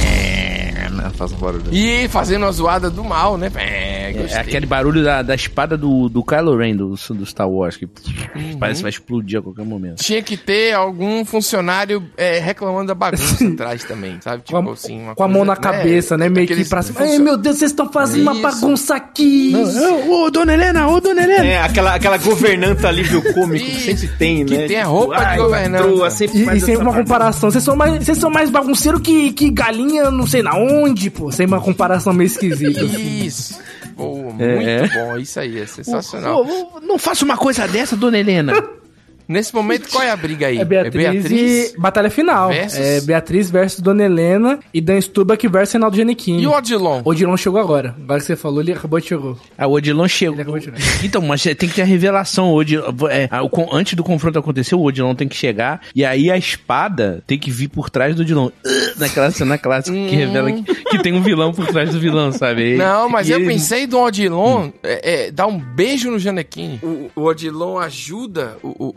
É, né? Faz um barulho. E fazendo uma zoada do mal, né? É, É, gostei. é aquele barulho da, da espada do, do Kylo Ren, do, do Star Wars, que parece que vai explodir a qualquer momento. Tinha que ter algum funcionário é, reclamando da bagunça atrás também, sabe? Tipo Com a, assim, uma com a mão coisa, na cabeça, né? Meio que Aqueles pra cima. funcio- Ai, meu Deus, vocês estão fazendo uma Isso. bagunça aqui. Ô, dona Helena, ô, dona Helena! É, aquela, aquela governanta alívio cômico que Isso, sempre tem, que né? tem a roupa de Ai, governanta. patroa, sempre E, faz e sempre essa uma bagunça. comparação. Vocês são mais, vocês são mais bagunceiro que, que galinha não sei na onde, pô. Sempre uma comparação meio esquisita. Isso. Pô, muito É. bom. Isso aí, é sensacional. Ô, ô, não faça uma coisa dessa, dona Helena. Nesse momento, qual é a briga aí? É Beatriz, e Batalha Final. versus- É Beatriz versus Dona Helena e Dan Stubach versus Reinaldo Gianecchini. E o Odilon? O Odilon chegou agora. Agora que você falou, ele acabou de chegar. Ah, o Odilon chegou. Ele acabou de chegar. Então, mas tem que ter a revelação. O Odilon, é, a- o con- antes do confronto acontecer, o Odilon tem que chegar e aí a espada tem que vir por trás do Odilon. Naquela cena clássica que revela que, que tem um vilão por trás do vilão, sabe? E- Não, mas e eu ele- pensei do Odilon é, é, dar um beijo no Gianecchini. O, o Odilon ajuda o, o,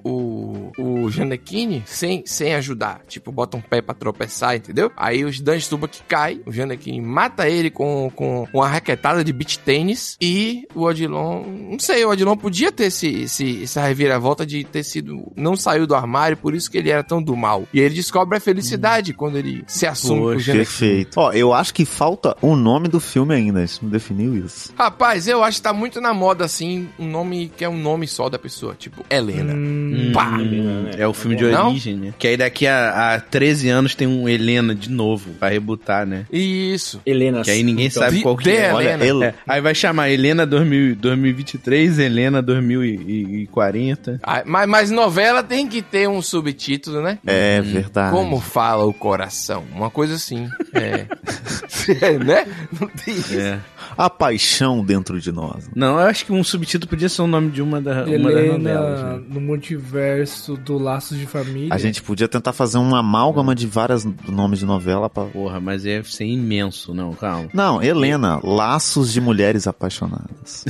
o, o Gianecchini sem, sem ajudar. Tipo, bota um pé pra tropeçar, entendeu? Aí os Dan Stubach cai, o Gianecchini mata ele com, com uma raquetada de beach tênis e o Odilon... Não sei, o Odilon podia ter esse, esse, essa reviravolta de ter sido... Não saiu do armário, por isso que ele era tão do mal. E ele descobre a felicidade quando ele se assume pro Poxa, Gianecchini. Perfeito. Ó, eu acho que falta o nome do filme ainda. A gente não definiu isso. Rapaz, eu acho que tá muito na moda, assim, um nome que é um nome só da pessoa. Tipo, Helena. Hum, Pá! É o filme de Não? origem, né? Que aí daqui a, a treze anos tem um Helena de novo pra rebutar, né? Isso. Helena. Que aí ninguém então, sabe qual que The é. Helena. Ele- É, aí vai chamar Helena dois mil, dois mil e vinte e três, Helena dois mil e quarenta. Ah, mas, mas novela tem que ter um subtítulo, né? É verdade. Como fala o coração? Uma coisa assim. É. É, né? Não tem isso. É. A paixão dentro de nós. Não, eu acho que um subtítulo podia ser o nome de uma, da, uma das novelas. Helena Né? no multiverso do Laços de Família. A gente podia tentar fazer uma amálgama de vários nomes de novela pra... Porra, mas ia ser imenso, não, calma. Não, Helena, Laços de Mulheres Apaixonadas.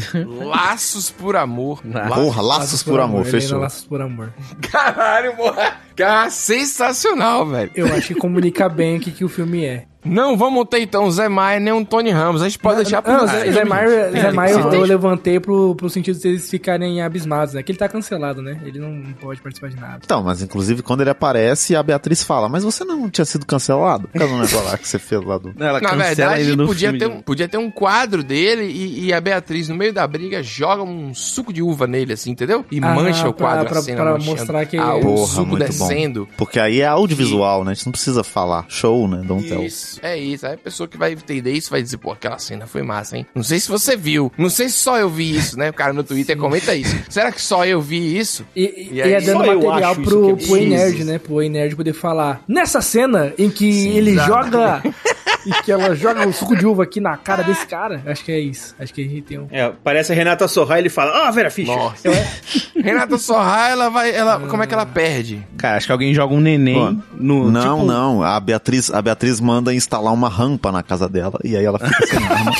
Laços por amor. Laços. Porra, Laços por Amor, Helena, fechou. Laços por Amor. Caralho, porra. Cara, sensacional, velho. Eu acho que comunica bem o que, que o filme é. Não vamos ter, então, o Zé Maia nem um Tony Ramos. A gente pode deixar pro... Não, Zé, Zé Maia, Zé Maia eu, Você eu tem- levantei pro, pro sentido de eles ficarem abismados, né? Que ele tá cancelado, né? Ele não, não pode participar de nada. Então, mas inclusive quando ele aparece, a Beatriz fala, mas você não tinha sido cancelado? Por causa do negócio lá que você fez lá do... Não, ela Na cancela verdade, ele no podia filme ter, de- um, podia ter um quadro dele e, e a Beatriz, no meio da briga, joga um suco de uva nele, assim, entendeu? E Ah, mancha o pra- quadro pra- assim, pra manchando. mostrar que- ah, o Porra, suco muito descendo. Porque aí é audiovisual, né? A gente não precisa falar. Show, né? Don't tell. Isso, é isso. Aí a pessoa que vai entender isso vai dizer, pô, aquela cena foi massa, hein? Não sei se você viu. Não sei se só eu vi isso, né? O cara no Twitter comenta isso. Será que só eu vi isso? E, e, E aí, e é dando só eu material acho isso pro, que é pro Ei preciso. Nerd, né? Pro Ei Nerd poder falar. Nessa cena em que Sim, ele exato. joga E que ela joga o suco de uva aqui na cara desse cara. Acho que é isso. Acho que a gente tem um... É, parece a Renata Sorra e ele fala, ó, oh, Vera Fischer. Nossa. Renata Sorra, ela vai... Ela, como é que ela perde? Cara, acho que alguém joga um neném Pô, no... Não, tipo... não. A Beatriz, a Beatriz manda instalar uma rampa na casa dela e aí ela fica sem arma.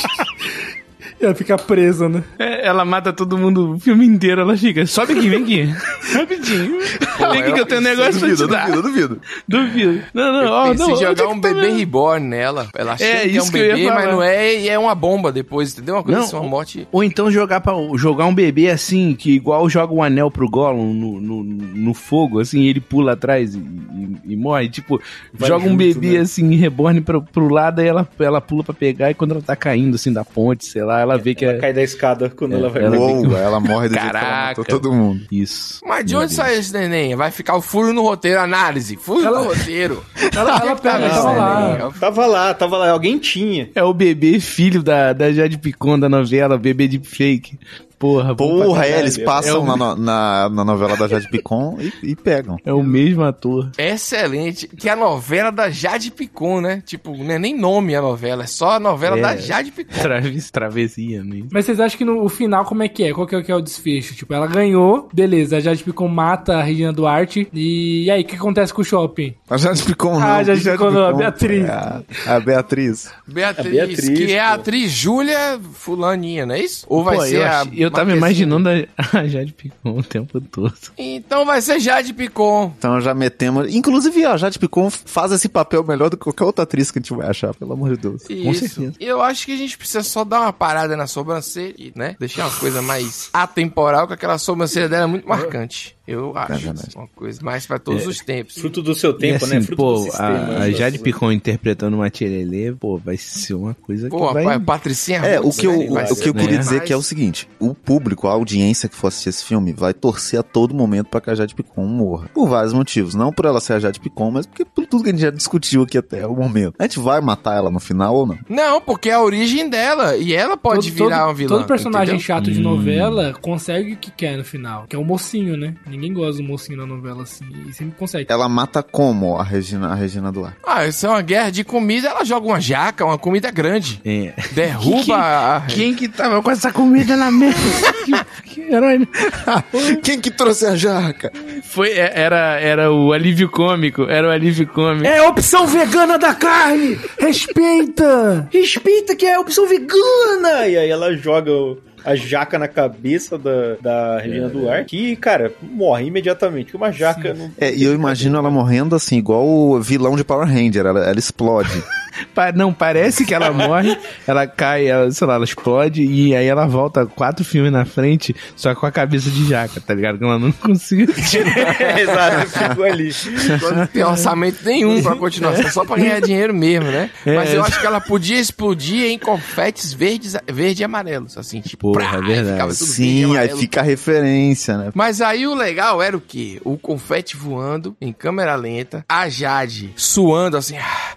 Ela fica presa, né? É, ela mata todo mundo o filme inteiro, ela fica, sobe aqui, vem aqui. Rapidinho. Pô, vem aqui que eu tenho um negócio pra te Duvido, dar. duvido, duvido. Duvido. Não, não, ó, Eu não. pensei onde jogar é que um tá bebê meu- reborn nela. Ela acha É, que é um isso que eu ia bebê, mas falar. não é, e é uma bomba depois, entendeu? Uma coisa Não, assim, uma morte... Ou então jogar pra, jogar um bebê assim, que igual joga um anel pro Gollum no, no, no fogo, assim, ele pula atrás e, e, e morre. Tipo, Vai joga um junto, bebê né? assim, reborn pro, pro lado, aí ela, ela pula pra pegar e quando ela tá caindo assim da ponte, sei lá, ela vê que Ela é. cai da escada quando É, ela vai... ela- Uou, ela morre do jeito que ela Caraca. matou todo mundo. Isso. Mas de Meu onde Deus. sai esse neném? Vai ficar o furo no roteiro, análise. Furo Ela- no roteiro. Ela, ela pega, Não, tava lá. neném. Tava lá, tava lá, alguém tinha. É o bebê filho da, da Jade Picon da novela, bebê de fake. Porra, bom pra Porra, é, caralho. eles passam é o, na, no- na, na novela da Jade Picon e, e pegam. é o mesmo ator. Excelente. Que é a novela da Jade Picon, né? Tipo, não é nem nome a novela, é só a novela É. da Jade Picon. Traves, travessia, né? Mas vocês acham que no o final como é que é? Qual que é, que é o desfecho? Tipo, ela ganhou, beleza, a Jade Picon mata a Regina Duarte. E, e aí, o que acontece com o shopping? A Jade Picon não. Ah, a Jade que Picon não, a Picon? Beatriz. É a, a Beatriz. Beatriz, A Beatriz, que é a pô. atriz Júlia Fulaninha, não é isso? Ou vai Pô, ser eu, a... ach- eu tava Marquezine? imaginando a, a Jade Picon o tempo todo. Então vai ser Jade Picon. Então já metemos. Inclusive, a Jade Picon faz esse papel melhor do que qualquer outra atriz que a gente vai achar, pelo amor de Deus. Com Isso. certeza. E eu acho que a gente precisa só dar uma parada na sobrancelha, né? Deixar uma coisa mais atemporal, que aquela sobrancelha dela é muito marcante. Eu acho. verdade. Uma coisa mais pra todos os tempos. Fruto do seu tempo, e assim, né? Fruto pô, do sistema. a, a Jade Picon interpretando uma Tirelê, pô, vai ser uma coisa Pô, que vai... rapaz, Patricinha É, o Rhodes, que eu, né? o, Vai o ser que eu queria demais. dizer que é o seguinte: o público, a audiência que for assistir esse filme, vai torcer a todo momento pra que a Jade Picon morra. Por vários motivos. Não por ela ser a Jade Picon, mas porque por tudo que a gente já discutiu aqui até o momento. A gente vai matar ela no final ou não? Não, porque é a origem dela. E ela pode Todo- virar todo, uma vilã. Todo personagem entendeu? chato de Hum. novela consegue o que quer no final. Que é o mocinho, né? Ninguém gosta do mocinho na novela assim. E sempre consegue. Ela mata como a Regina, a Regina Duarte? Ah, isso é uma guerra de comida. Ela joga uma jaca, uma comida grande. É. Derruba Que- a... Quem que tava com essa comida na mesa? que, que herói. né? Quem que trouxe a jaca? Foi, é- era, era o alívio cômico, era o alívio cômico. É a opção vegana da carne! Respeita! Respeita que é a opção vegana! E aí ela joga o- a jaca na cabeça da, da Regina Duarte, que, cara, morre imediatamente. Uma jaca não... É, e eu imagino ela morrendo assim, igual o vilão de Power Ranger, ela, ela explode. Pa- Não, parece que ela morre, ela cai, ela, sei lá, ela explode e aí ela volta quatro filmes na frente, só com a cabeça de jaca, tá ligado? Que ela não conseguiu tirar. Exato, ficou ali. Não tem orçamento nenhum pra continuação, só pra ganhar dinheiro mesmo, né? É. Mas eu acho que ela podia explodir em confetes verdes, verde e amarelos, assim, tipo, Porra, prá, é verdade. ficava tudo verde e Sim, aí amarelo. fica a referência, né? Mas aí o legal era o quê? O confete voando em câmera lenta, a Jade suando assim,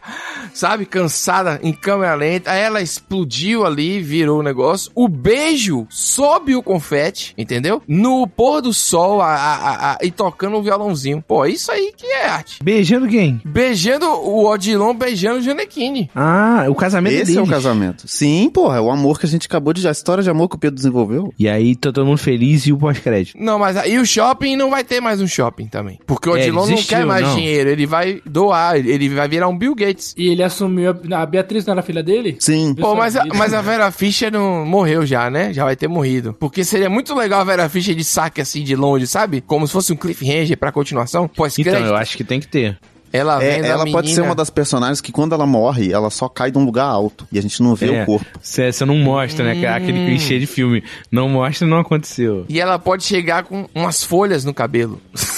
sabe, cansada em câmera lenta, aí ela explodiu ali, virou o negócio, o beijo sob o confete, entendeu? No pôr do sol a, a, a, a- e tocando um violãozinho. Pô, isso aí que é arte. Beijando quem? Beijando o Odilon, beijando o Gianecchini. Ah, o casamento Esse deles. é o casamento. Sim, porra, é o amor que a gente acabou de... A história de amor que o Pedro desenvolveu. E aí tá todo mundo feliz e o pós-crédito. Não, mas aí o shopping não vai ter mais um shopping também. Porque o É, Odilon não desistiu, quer mais não. dinheiro, ele vai doar, ele vai virar um Bill Gates. E ele assumiu. A, a Beatriz não era filha dele? Sim. Pô, mas a, sabia. mas a Vera Fischer não morreu já, né? Já vai ter morrido. Porque seria muito legal a Vera Fischer de saque assim de longe, sabe? Como se fosse um cliffhanger pra continuação. Pós-crédito. Então, eu acho que tem que ter. Ela É, vendo a ela pode menina- ser uma das personagens que quando ela morre, ela só cai de um lugar alto e a gente não vê É. o corpo. Você não mostra, né? Aquele clichê de filme. Não mostra, não aconteceu. E ela pode chegar com umas folhas no cabelo.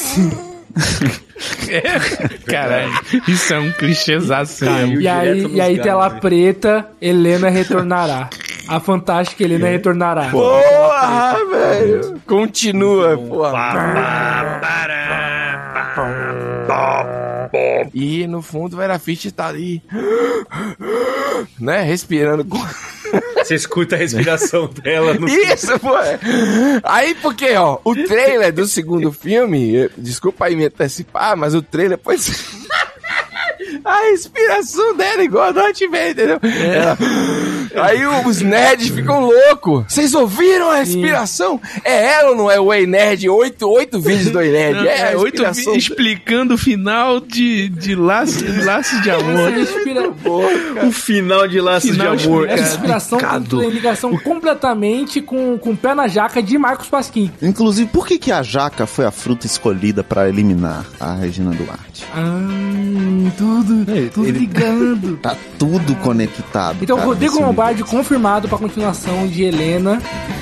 Caralho, isso é um clichêzaço mesmo. E aí, direto e aí nos tela galhos. preta, Helena retornará. A fantástica Helena retornará. Porra, velho! Continua, porra. E no fundo, Vera Fischer tá ali, né? Respirando com. Você escuta a respiração dela no Isso, pô. Aí, porque, ó, o trailer do segundo filme, eu- desculpa aí me antecipar, mas o trailer, pois. a respiração dela igual a Darth Vader, entendeu? Ela... Aí os nerds ficam loucos. Vocês ouviram a respiração? Sim. É ela ou não é o Ei Nerd? Oito, oito vídeos do Ei Nerd. Não, é, é oito vídeos explicando o final de, de Laços laço de Amor. Respira... O final de Laços final de Amor. Essa inspiração tem ligação completamente com, com o pé na jaca de Marcos Pasquim. Inclusive, por que, que a jaca foi a fruta escolhida pra eliminar a Regina Duarte? Ah, tudo, é, tudo ele... ligando. Tá tudo conectado. Então, cara, Rodrigo Lombardi confirmado pra continuação de Helena.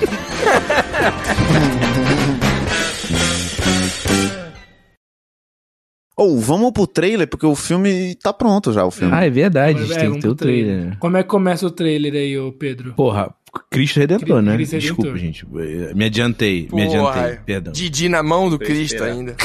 Ou oh, vamos pro trailer, porque o filme tá pronto já, o filme. Ah, é verdade, a gente é, tem que ter o trailer. trailer. Como é que começa o trailer aí, ô Pedro? Porra, Cristo Redentor, né? Cristo Redentor. Desculpa, gente. Me adiantei, Porra, me adiantei, perdão. Didi na mão do Cristo ainda.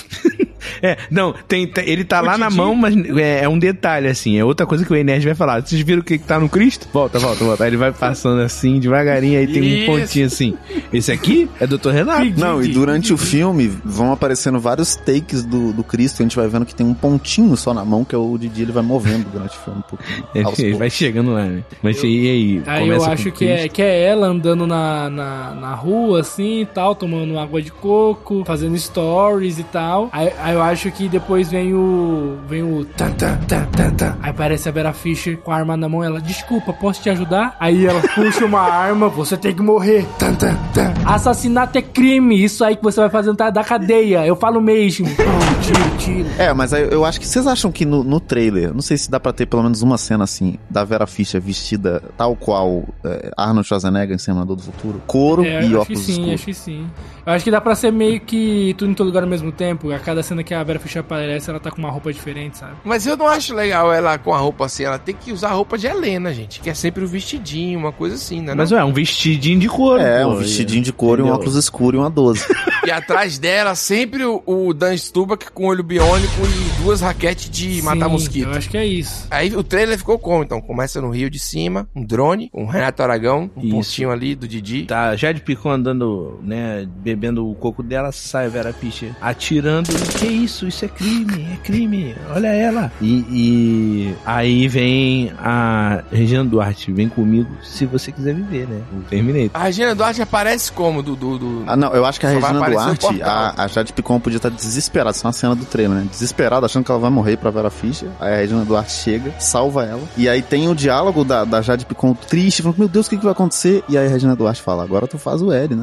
É, não, tem, tem, ele tá o lá Didi? Na mão, mas é, é um detalhe, assim, é outra coisa que o Enerd vai falar. Vocês viram o que, que tá no Cristo? Volta, volta, volta. Aí ele vai passando assim, devagarinho, aí tem Isso. um pontinho assim. Esse aqui é doutor Renato. Não, e durante o filme vão aparecendo vários takes do, do Cristo, a gente vai vendo que tem um pontinho só na mão, que é o Didi, ele vai movendo durante o filme um pouquinho. Ele, ele vai chegando lá, né? Mas eu, e aí? Aí eu acho que é, que é ela andando na, na, na rua, assim, e tal, tomando água de coco, fazendo stories e tal. Aí, aí eu acho que depois vem o... Vem o... Tan, tan, tan, tan, tan. Aí aparece a Vera Fischer com a arma na mão. Ela, desculpa, posso te ajudar? Aí ela puxa uma arma. Você tem que morrer. Tan, tan, tan. Assassinato é crime. Isso aí que você vai fazer da cadeia. Eu falo mesmo. Tiro, tiro. É, mas aí eu acho que vocês acham que no, no trailer, não sei se dá pra ter pelo menos uma cena assim, da Vera Fischer vestida tal qual é, Arnold Schwarzenegger em Exterminador do Futuro. Couro é, e eu óculos acho que sim, escuros. Acho que sim. Eu acho que dá pra ser meio que tudo em todo lugar ao mesmo tempo. A cada cena que a Vera Fischer aparece, ela tá com uma roupa diferente, sabe? Mas eu não acho legal ela com a roupa assim. Ela tem que usar a roupa de Helena, gente. Que é sempre o vestidinho, uma coisa assim, né? Mas não? é um vestidinho de couro. É, pô, um vestidinho de couro entendeu? E um óculos escuro e uma doze. E atrás dela, sempre o, o Dan Stubach com olho biônico e duas raquetes de Sim, matar mosquito. Eu acho que é isso. Aí o trailer ficou como? Então, começa no Rio de Cima, um drone, um Renato Aragão, um isso. pontinho ali do Didi. Tá, Jade Picon andando, né, bebendo o coco dela, sai Vera Fischer atirando. Que isso? Isso é crime, é crime. Olha ela. E, e aí vem a Regina Duarte, vem comigo se você quiser viver, né? O Terminator. A Regina Duarte aparece como? Do, do, do... Ah, não, eu acho que a Só Regina Duarte, a, a Jade Picon podia estar desesperada. Isso é uma cena do trailer, né? Desesperada, achando que ela vai morrer pra Vera Fischer. Aí a Regina Duarte chega, salva ela. E aí tem o diálogo da, da Jade Picon triste, falando, meu Deus, o que, que vai acontecer? E aí a Regina Duarte fala, agora tu faz o L, né?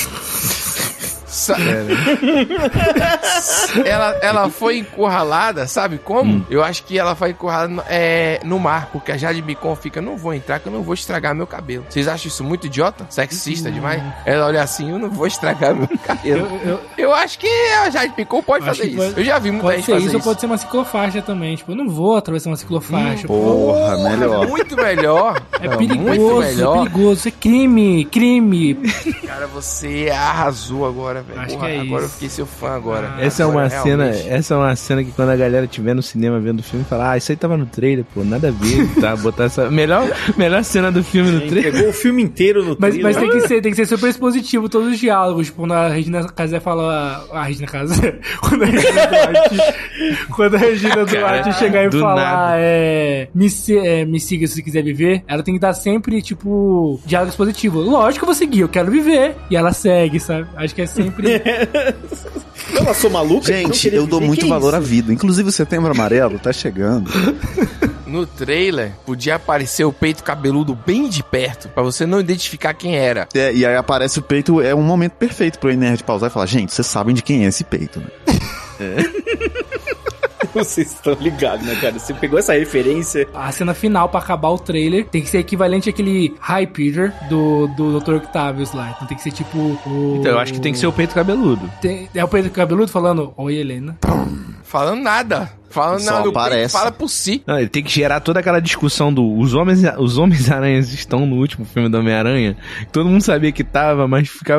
ela, ela foi encurralada, sabe como? Hum. Eu acho que ela foi encurralada no, é, no mar, porque a Jade Picon fica, não vou entrar que eu não vou estragar meu cabelo. Vocês acham isso muito idiota? Sexista hum. demais? Ela olha assim, eu não vou estragar meu cabelo. Eu, eu, eu acho que a Jade Picon pode fazer isso. Pode, eu já vi muita gente fazer isso. Pode ser isso ou pode ser uma ciclofaixa também. Tipo, eu não vou atravessar uma ciclofaixa. Hum, porra, porra, melhor. Muito melhor. É perigoso, muito melhor. É perigoso. É crime, crime. Cara, você arrasou agora, velho. Acho Porra, que é agora isso. eu fiquei seu fã agora. Ah, essa agora, é uma realmente. cena, essa é uma cena que quando a galera estiver no cinema vendo o filme, fala, ah, isso aí tava no trailer, pô, nada a ver, tá? Botar essa melhor, melhor cena do filme no trailer. Pegou o filme inteiro no mas, trailer. Mas tem que ser, tem que ser super expositivo todos os diálogos, tipo, quando a Regina Casé fala, a Regina Casé, quando a Regina Duarte, quando a Regina Duarte chegar e falar, é me, é, me siga se quiser viver, ela tem que dar sempre, tipo, diálogo expositivo. Lógico que eu vou seguir, eu quero viver. E ela segue, sabe? Acho que é sempre... Eu sou maluca? Gente, eu dou muito valor à vida. Inclusive o Setembro Amarelo tá chegando. No trailer, podia aparecer o peito cabeludo bem de perto, pra você não identificar quem era. É, e aí aparece o peito, é um momento perfeito pro Nerd pausar e falar, gente, vocês sabem de quem é esse peito, né? É. Vocês estão ligados, né, cara? Você pegou essa referência. A cena final pra acabar o trailer tem que ser equivalente àquele Hi Peter do, do doutor Octavius lá. Então tem que ser tipo o... Então eu acho que tem que ser o peito cabeludo. Tem, é o peito cabeludo falando, oi Helena. Falando nada. Falando Só nada. aparece. Fala por si. Não, ele tem que gerar toda aquela discussão do... Os homens, os homens aranhas estão no último filme do Homem-Aranha. Todo mundo sabia que tava, mas ficava...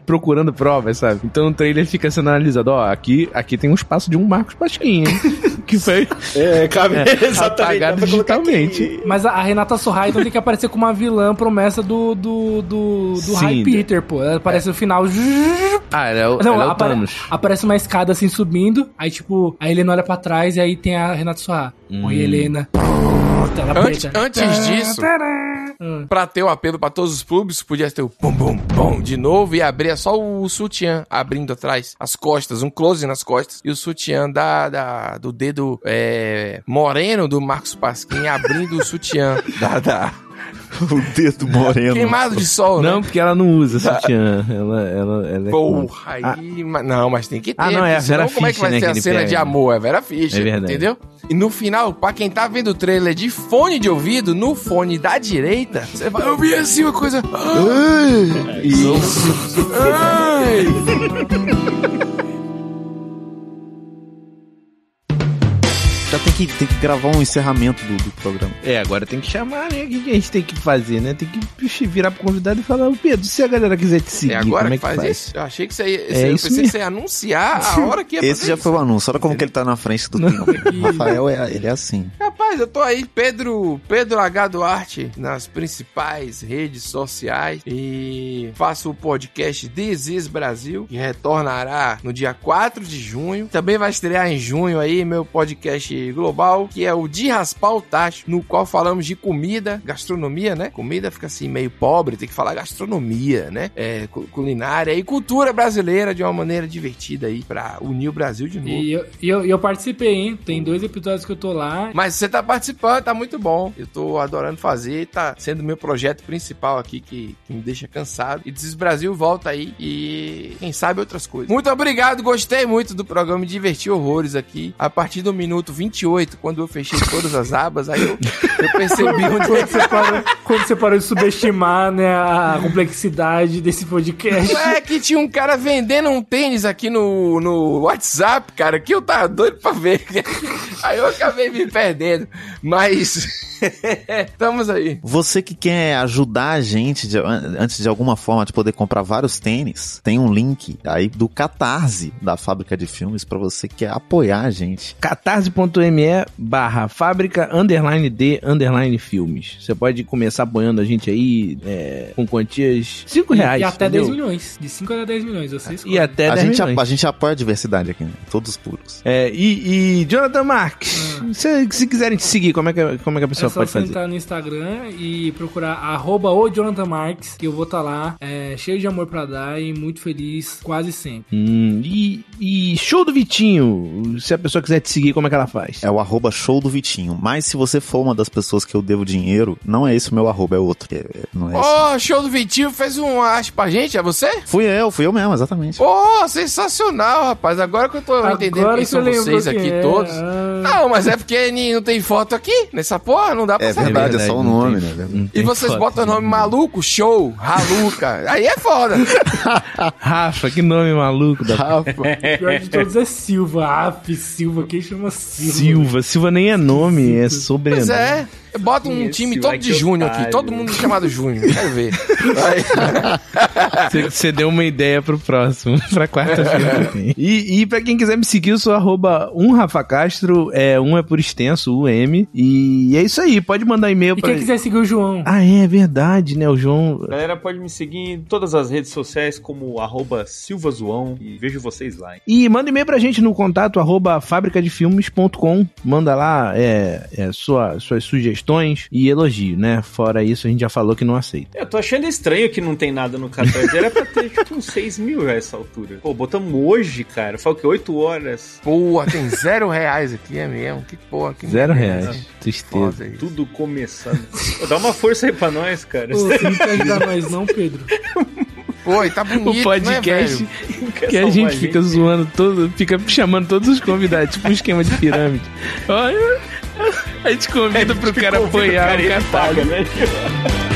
procurando provas, sabe? Então o trailer fica sendo analisado. Ó, aqui, aqui tem um espaço de um Marcos Pasquim, hein? Que foi É, cabe é, exatamente. apagado digitalmente. Mas a, a Renata Sorra então tem que aparecer com uma vilã promessa do do, do, do Sim, Harry Peter, pô. Ela aparece no final. Ah, ela é o, Não, ela é o apare- Thanos. aparece uma escada assim subindo. Aí, tipo, a Helena olha pra trás e aí tem a Renata Sorra. Hum. Oi, Helena. Tela Antes, preta. antes disso, Hum. pra ter o apelo pra todos os públicos, podia ter o bum bum bum de novo e abrir só o sutiã abrindo atrás, as costas, um close nas costas, e o sutiã da, da, do dedo é, moreno do Marcos Pasquim abrindo o sutiã da... da O dedo moreno. queimado de sol, Não, né? porque ela não usa sutiã. Ela, ela, ela é Porra, Ah. aí... ma- Não, mas tem que ter. Ah, não, é a porque senão Vera como é que vai Fischer, né, ser que a ele cena pega. de amor? É a Vera Fischer, É verdade. entendeu? E no final, pra quem tá vendo o trailer de fone de ouvido, no fone da direita, você vai ouvir assim uma coisa... Ah, isso. Ai. Já tem que, tem que gravar um encerramento do, do programa. É, agora tem que chamar, né? O que que a gente tem que fazer, né? Tem que puxa, virar pro convidado e falar, ô Pedro, se a galera quiser te seguir, É agora como é que faz, isso? Eu achei que você ia... É eu isso pensei mesmo. que você ia anunciar a hora que ia Esse fazer já foi o anúncio. Olha como que ele tá na frente do tempo. Rafael, é, ele é assim. Rapaz, eu tô aí, Pedro, Pedro H. Duarte, nas principais redes sociais e faço o podcast This Is Brasil, que retornará no dia quatro de junho. Também vai estrear em junho aí meu podcast global, que é o De Raspar o Tacho, no qual falamos de comida, gastronomia, né? Comida fica assim meio pobre, tem que falar gastronomia, né? É, cu- culinária e cultura brasileira de uma maneira divertida aí, pra unir o Brasil de novo. E eu, e eu, e eu participei, hein? Tem dois episódios que eu tô lá. Mas você tá participando, tá muito bom. Eu tô adorando fazer, tá sendo meu projeto principal aqui que, que me deixa cansado. E This Brasil volta aí e quem sabe outras coisas. Muito obrigado, gostei muito do programa, me diverti horrores aqui. A partir do minuto vinte e oito, quando eu fechei todas as abas, aí eu, eu percebi onde Quando você, parou, quando você parou de subestimar, né, a complexidade desse podcast. é que tinha um cara vendendo um tênis aqui no, no WhatsApp, cara, que eu tava doido pra ver. Aí eu acabei me perdendo. Mas estamos aí. Você que quer ajudar a gente, de- an- antes de alguma forma, de poder comprar vários tênis, tem um link aí do Catarse, da Fábrica de Filmes, pra você que quer apoiar a gente. catarse.me barra fábrica underline de underline filmes. Você pode começar apoiando a gente aí é, com quantias cinco reais. E até entendeu? dez milhões. De cinco a dez milhões, você escolhe. E até A dez gente, a, milhões. a gente apoia a diversidade aqui, né? Todos puros. É, e, e Jonathan Marques, se, se quiserem te seguir, como é que, como é que a pessoa É só pode você fazer? entrar no Instagram e procurar arroba o Jonathan Marques, que eu vou estar lá, é, cheio de amor pra dar e muito feliz quase sempre. Hum, e, e show do Vitinho, se a pessoa quiser te seguir, como é que ela faz? É o arroba show do Vitinho. Mas se você for uma das pessoas que eu devo dinheiro, não é esse o meu arroba, é outro. É- é- não é esse. Ô, show do Vitinho fez um arte pra gente, é você? Fui eu, fui eu mesmo, exatamente. Ô, sensacional, rapaz. Agora que eu tô Agora entendendo quem você são lembrou vocês quem aqui é. todos. Ah. Não, mas é porque ni- não tem foto aqui nessa porra, não dá pra É saber. verdade, é só o não nome, tem- né? não E tem vocês foto botam o de nome ninguém. maluco, show, raluca. Aí é foda. Rafa, que nome maluco da Rafa. O pior de todos é Silva. Aff, Silva. Quem chama Silva? Silva. Silva nem é nome, é sobrenome. Pois é. Bota um Esse time todo vai de que Júnior aqui. otário. Todo mundo chamado Júnior. Quero ver. Aí- Você deu uma ideia pro próximo, pra quarta-feira que vem. E, e pra quem quiser me seguir, eu sou arroba um Rafa Castro, é, um é por extenso, U M. E é isso aí, pode mandar e-mail E pra... quem quiser seguir o João? Ah, é verdade, né, o João... Galera, pode me seguir em todas as redes sociais como arroba silvazoão e vejo vocês lá. Hein? E manda e-mail pra gente no contato arroba fabricadefilmes ponto com. Manda lá é, é, sua, suas sugestões e elogio, né? Fora isso, a gente já falou que não aceita. Eu tô achando estranho que não tem nada no Catarse. Era pra ter tipo uns seis mil já essa altura. Pô, botamos hoje, cara. Fala que oito horas. Porra, tem zero reais aqui, é mesmo. Que porra. Que Zero merda, reais. né? Tristeza. Foda isso. Tudo começando. Pô, dá uma força aí pra nós, cara. Pô, você não quer ajudar nós não, Pedro? Pô, e tá bonito, O podcast né, velho? que a gente fica zoando todo, fica chamando todos os convidados, tipo um esquema de pirâmide. Olha, a gente convida pro cara Convida o apoiar cara o e ele catarse. paga, né?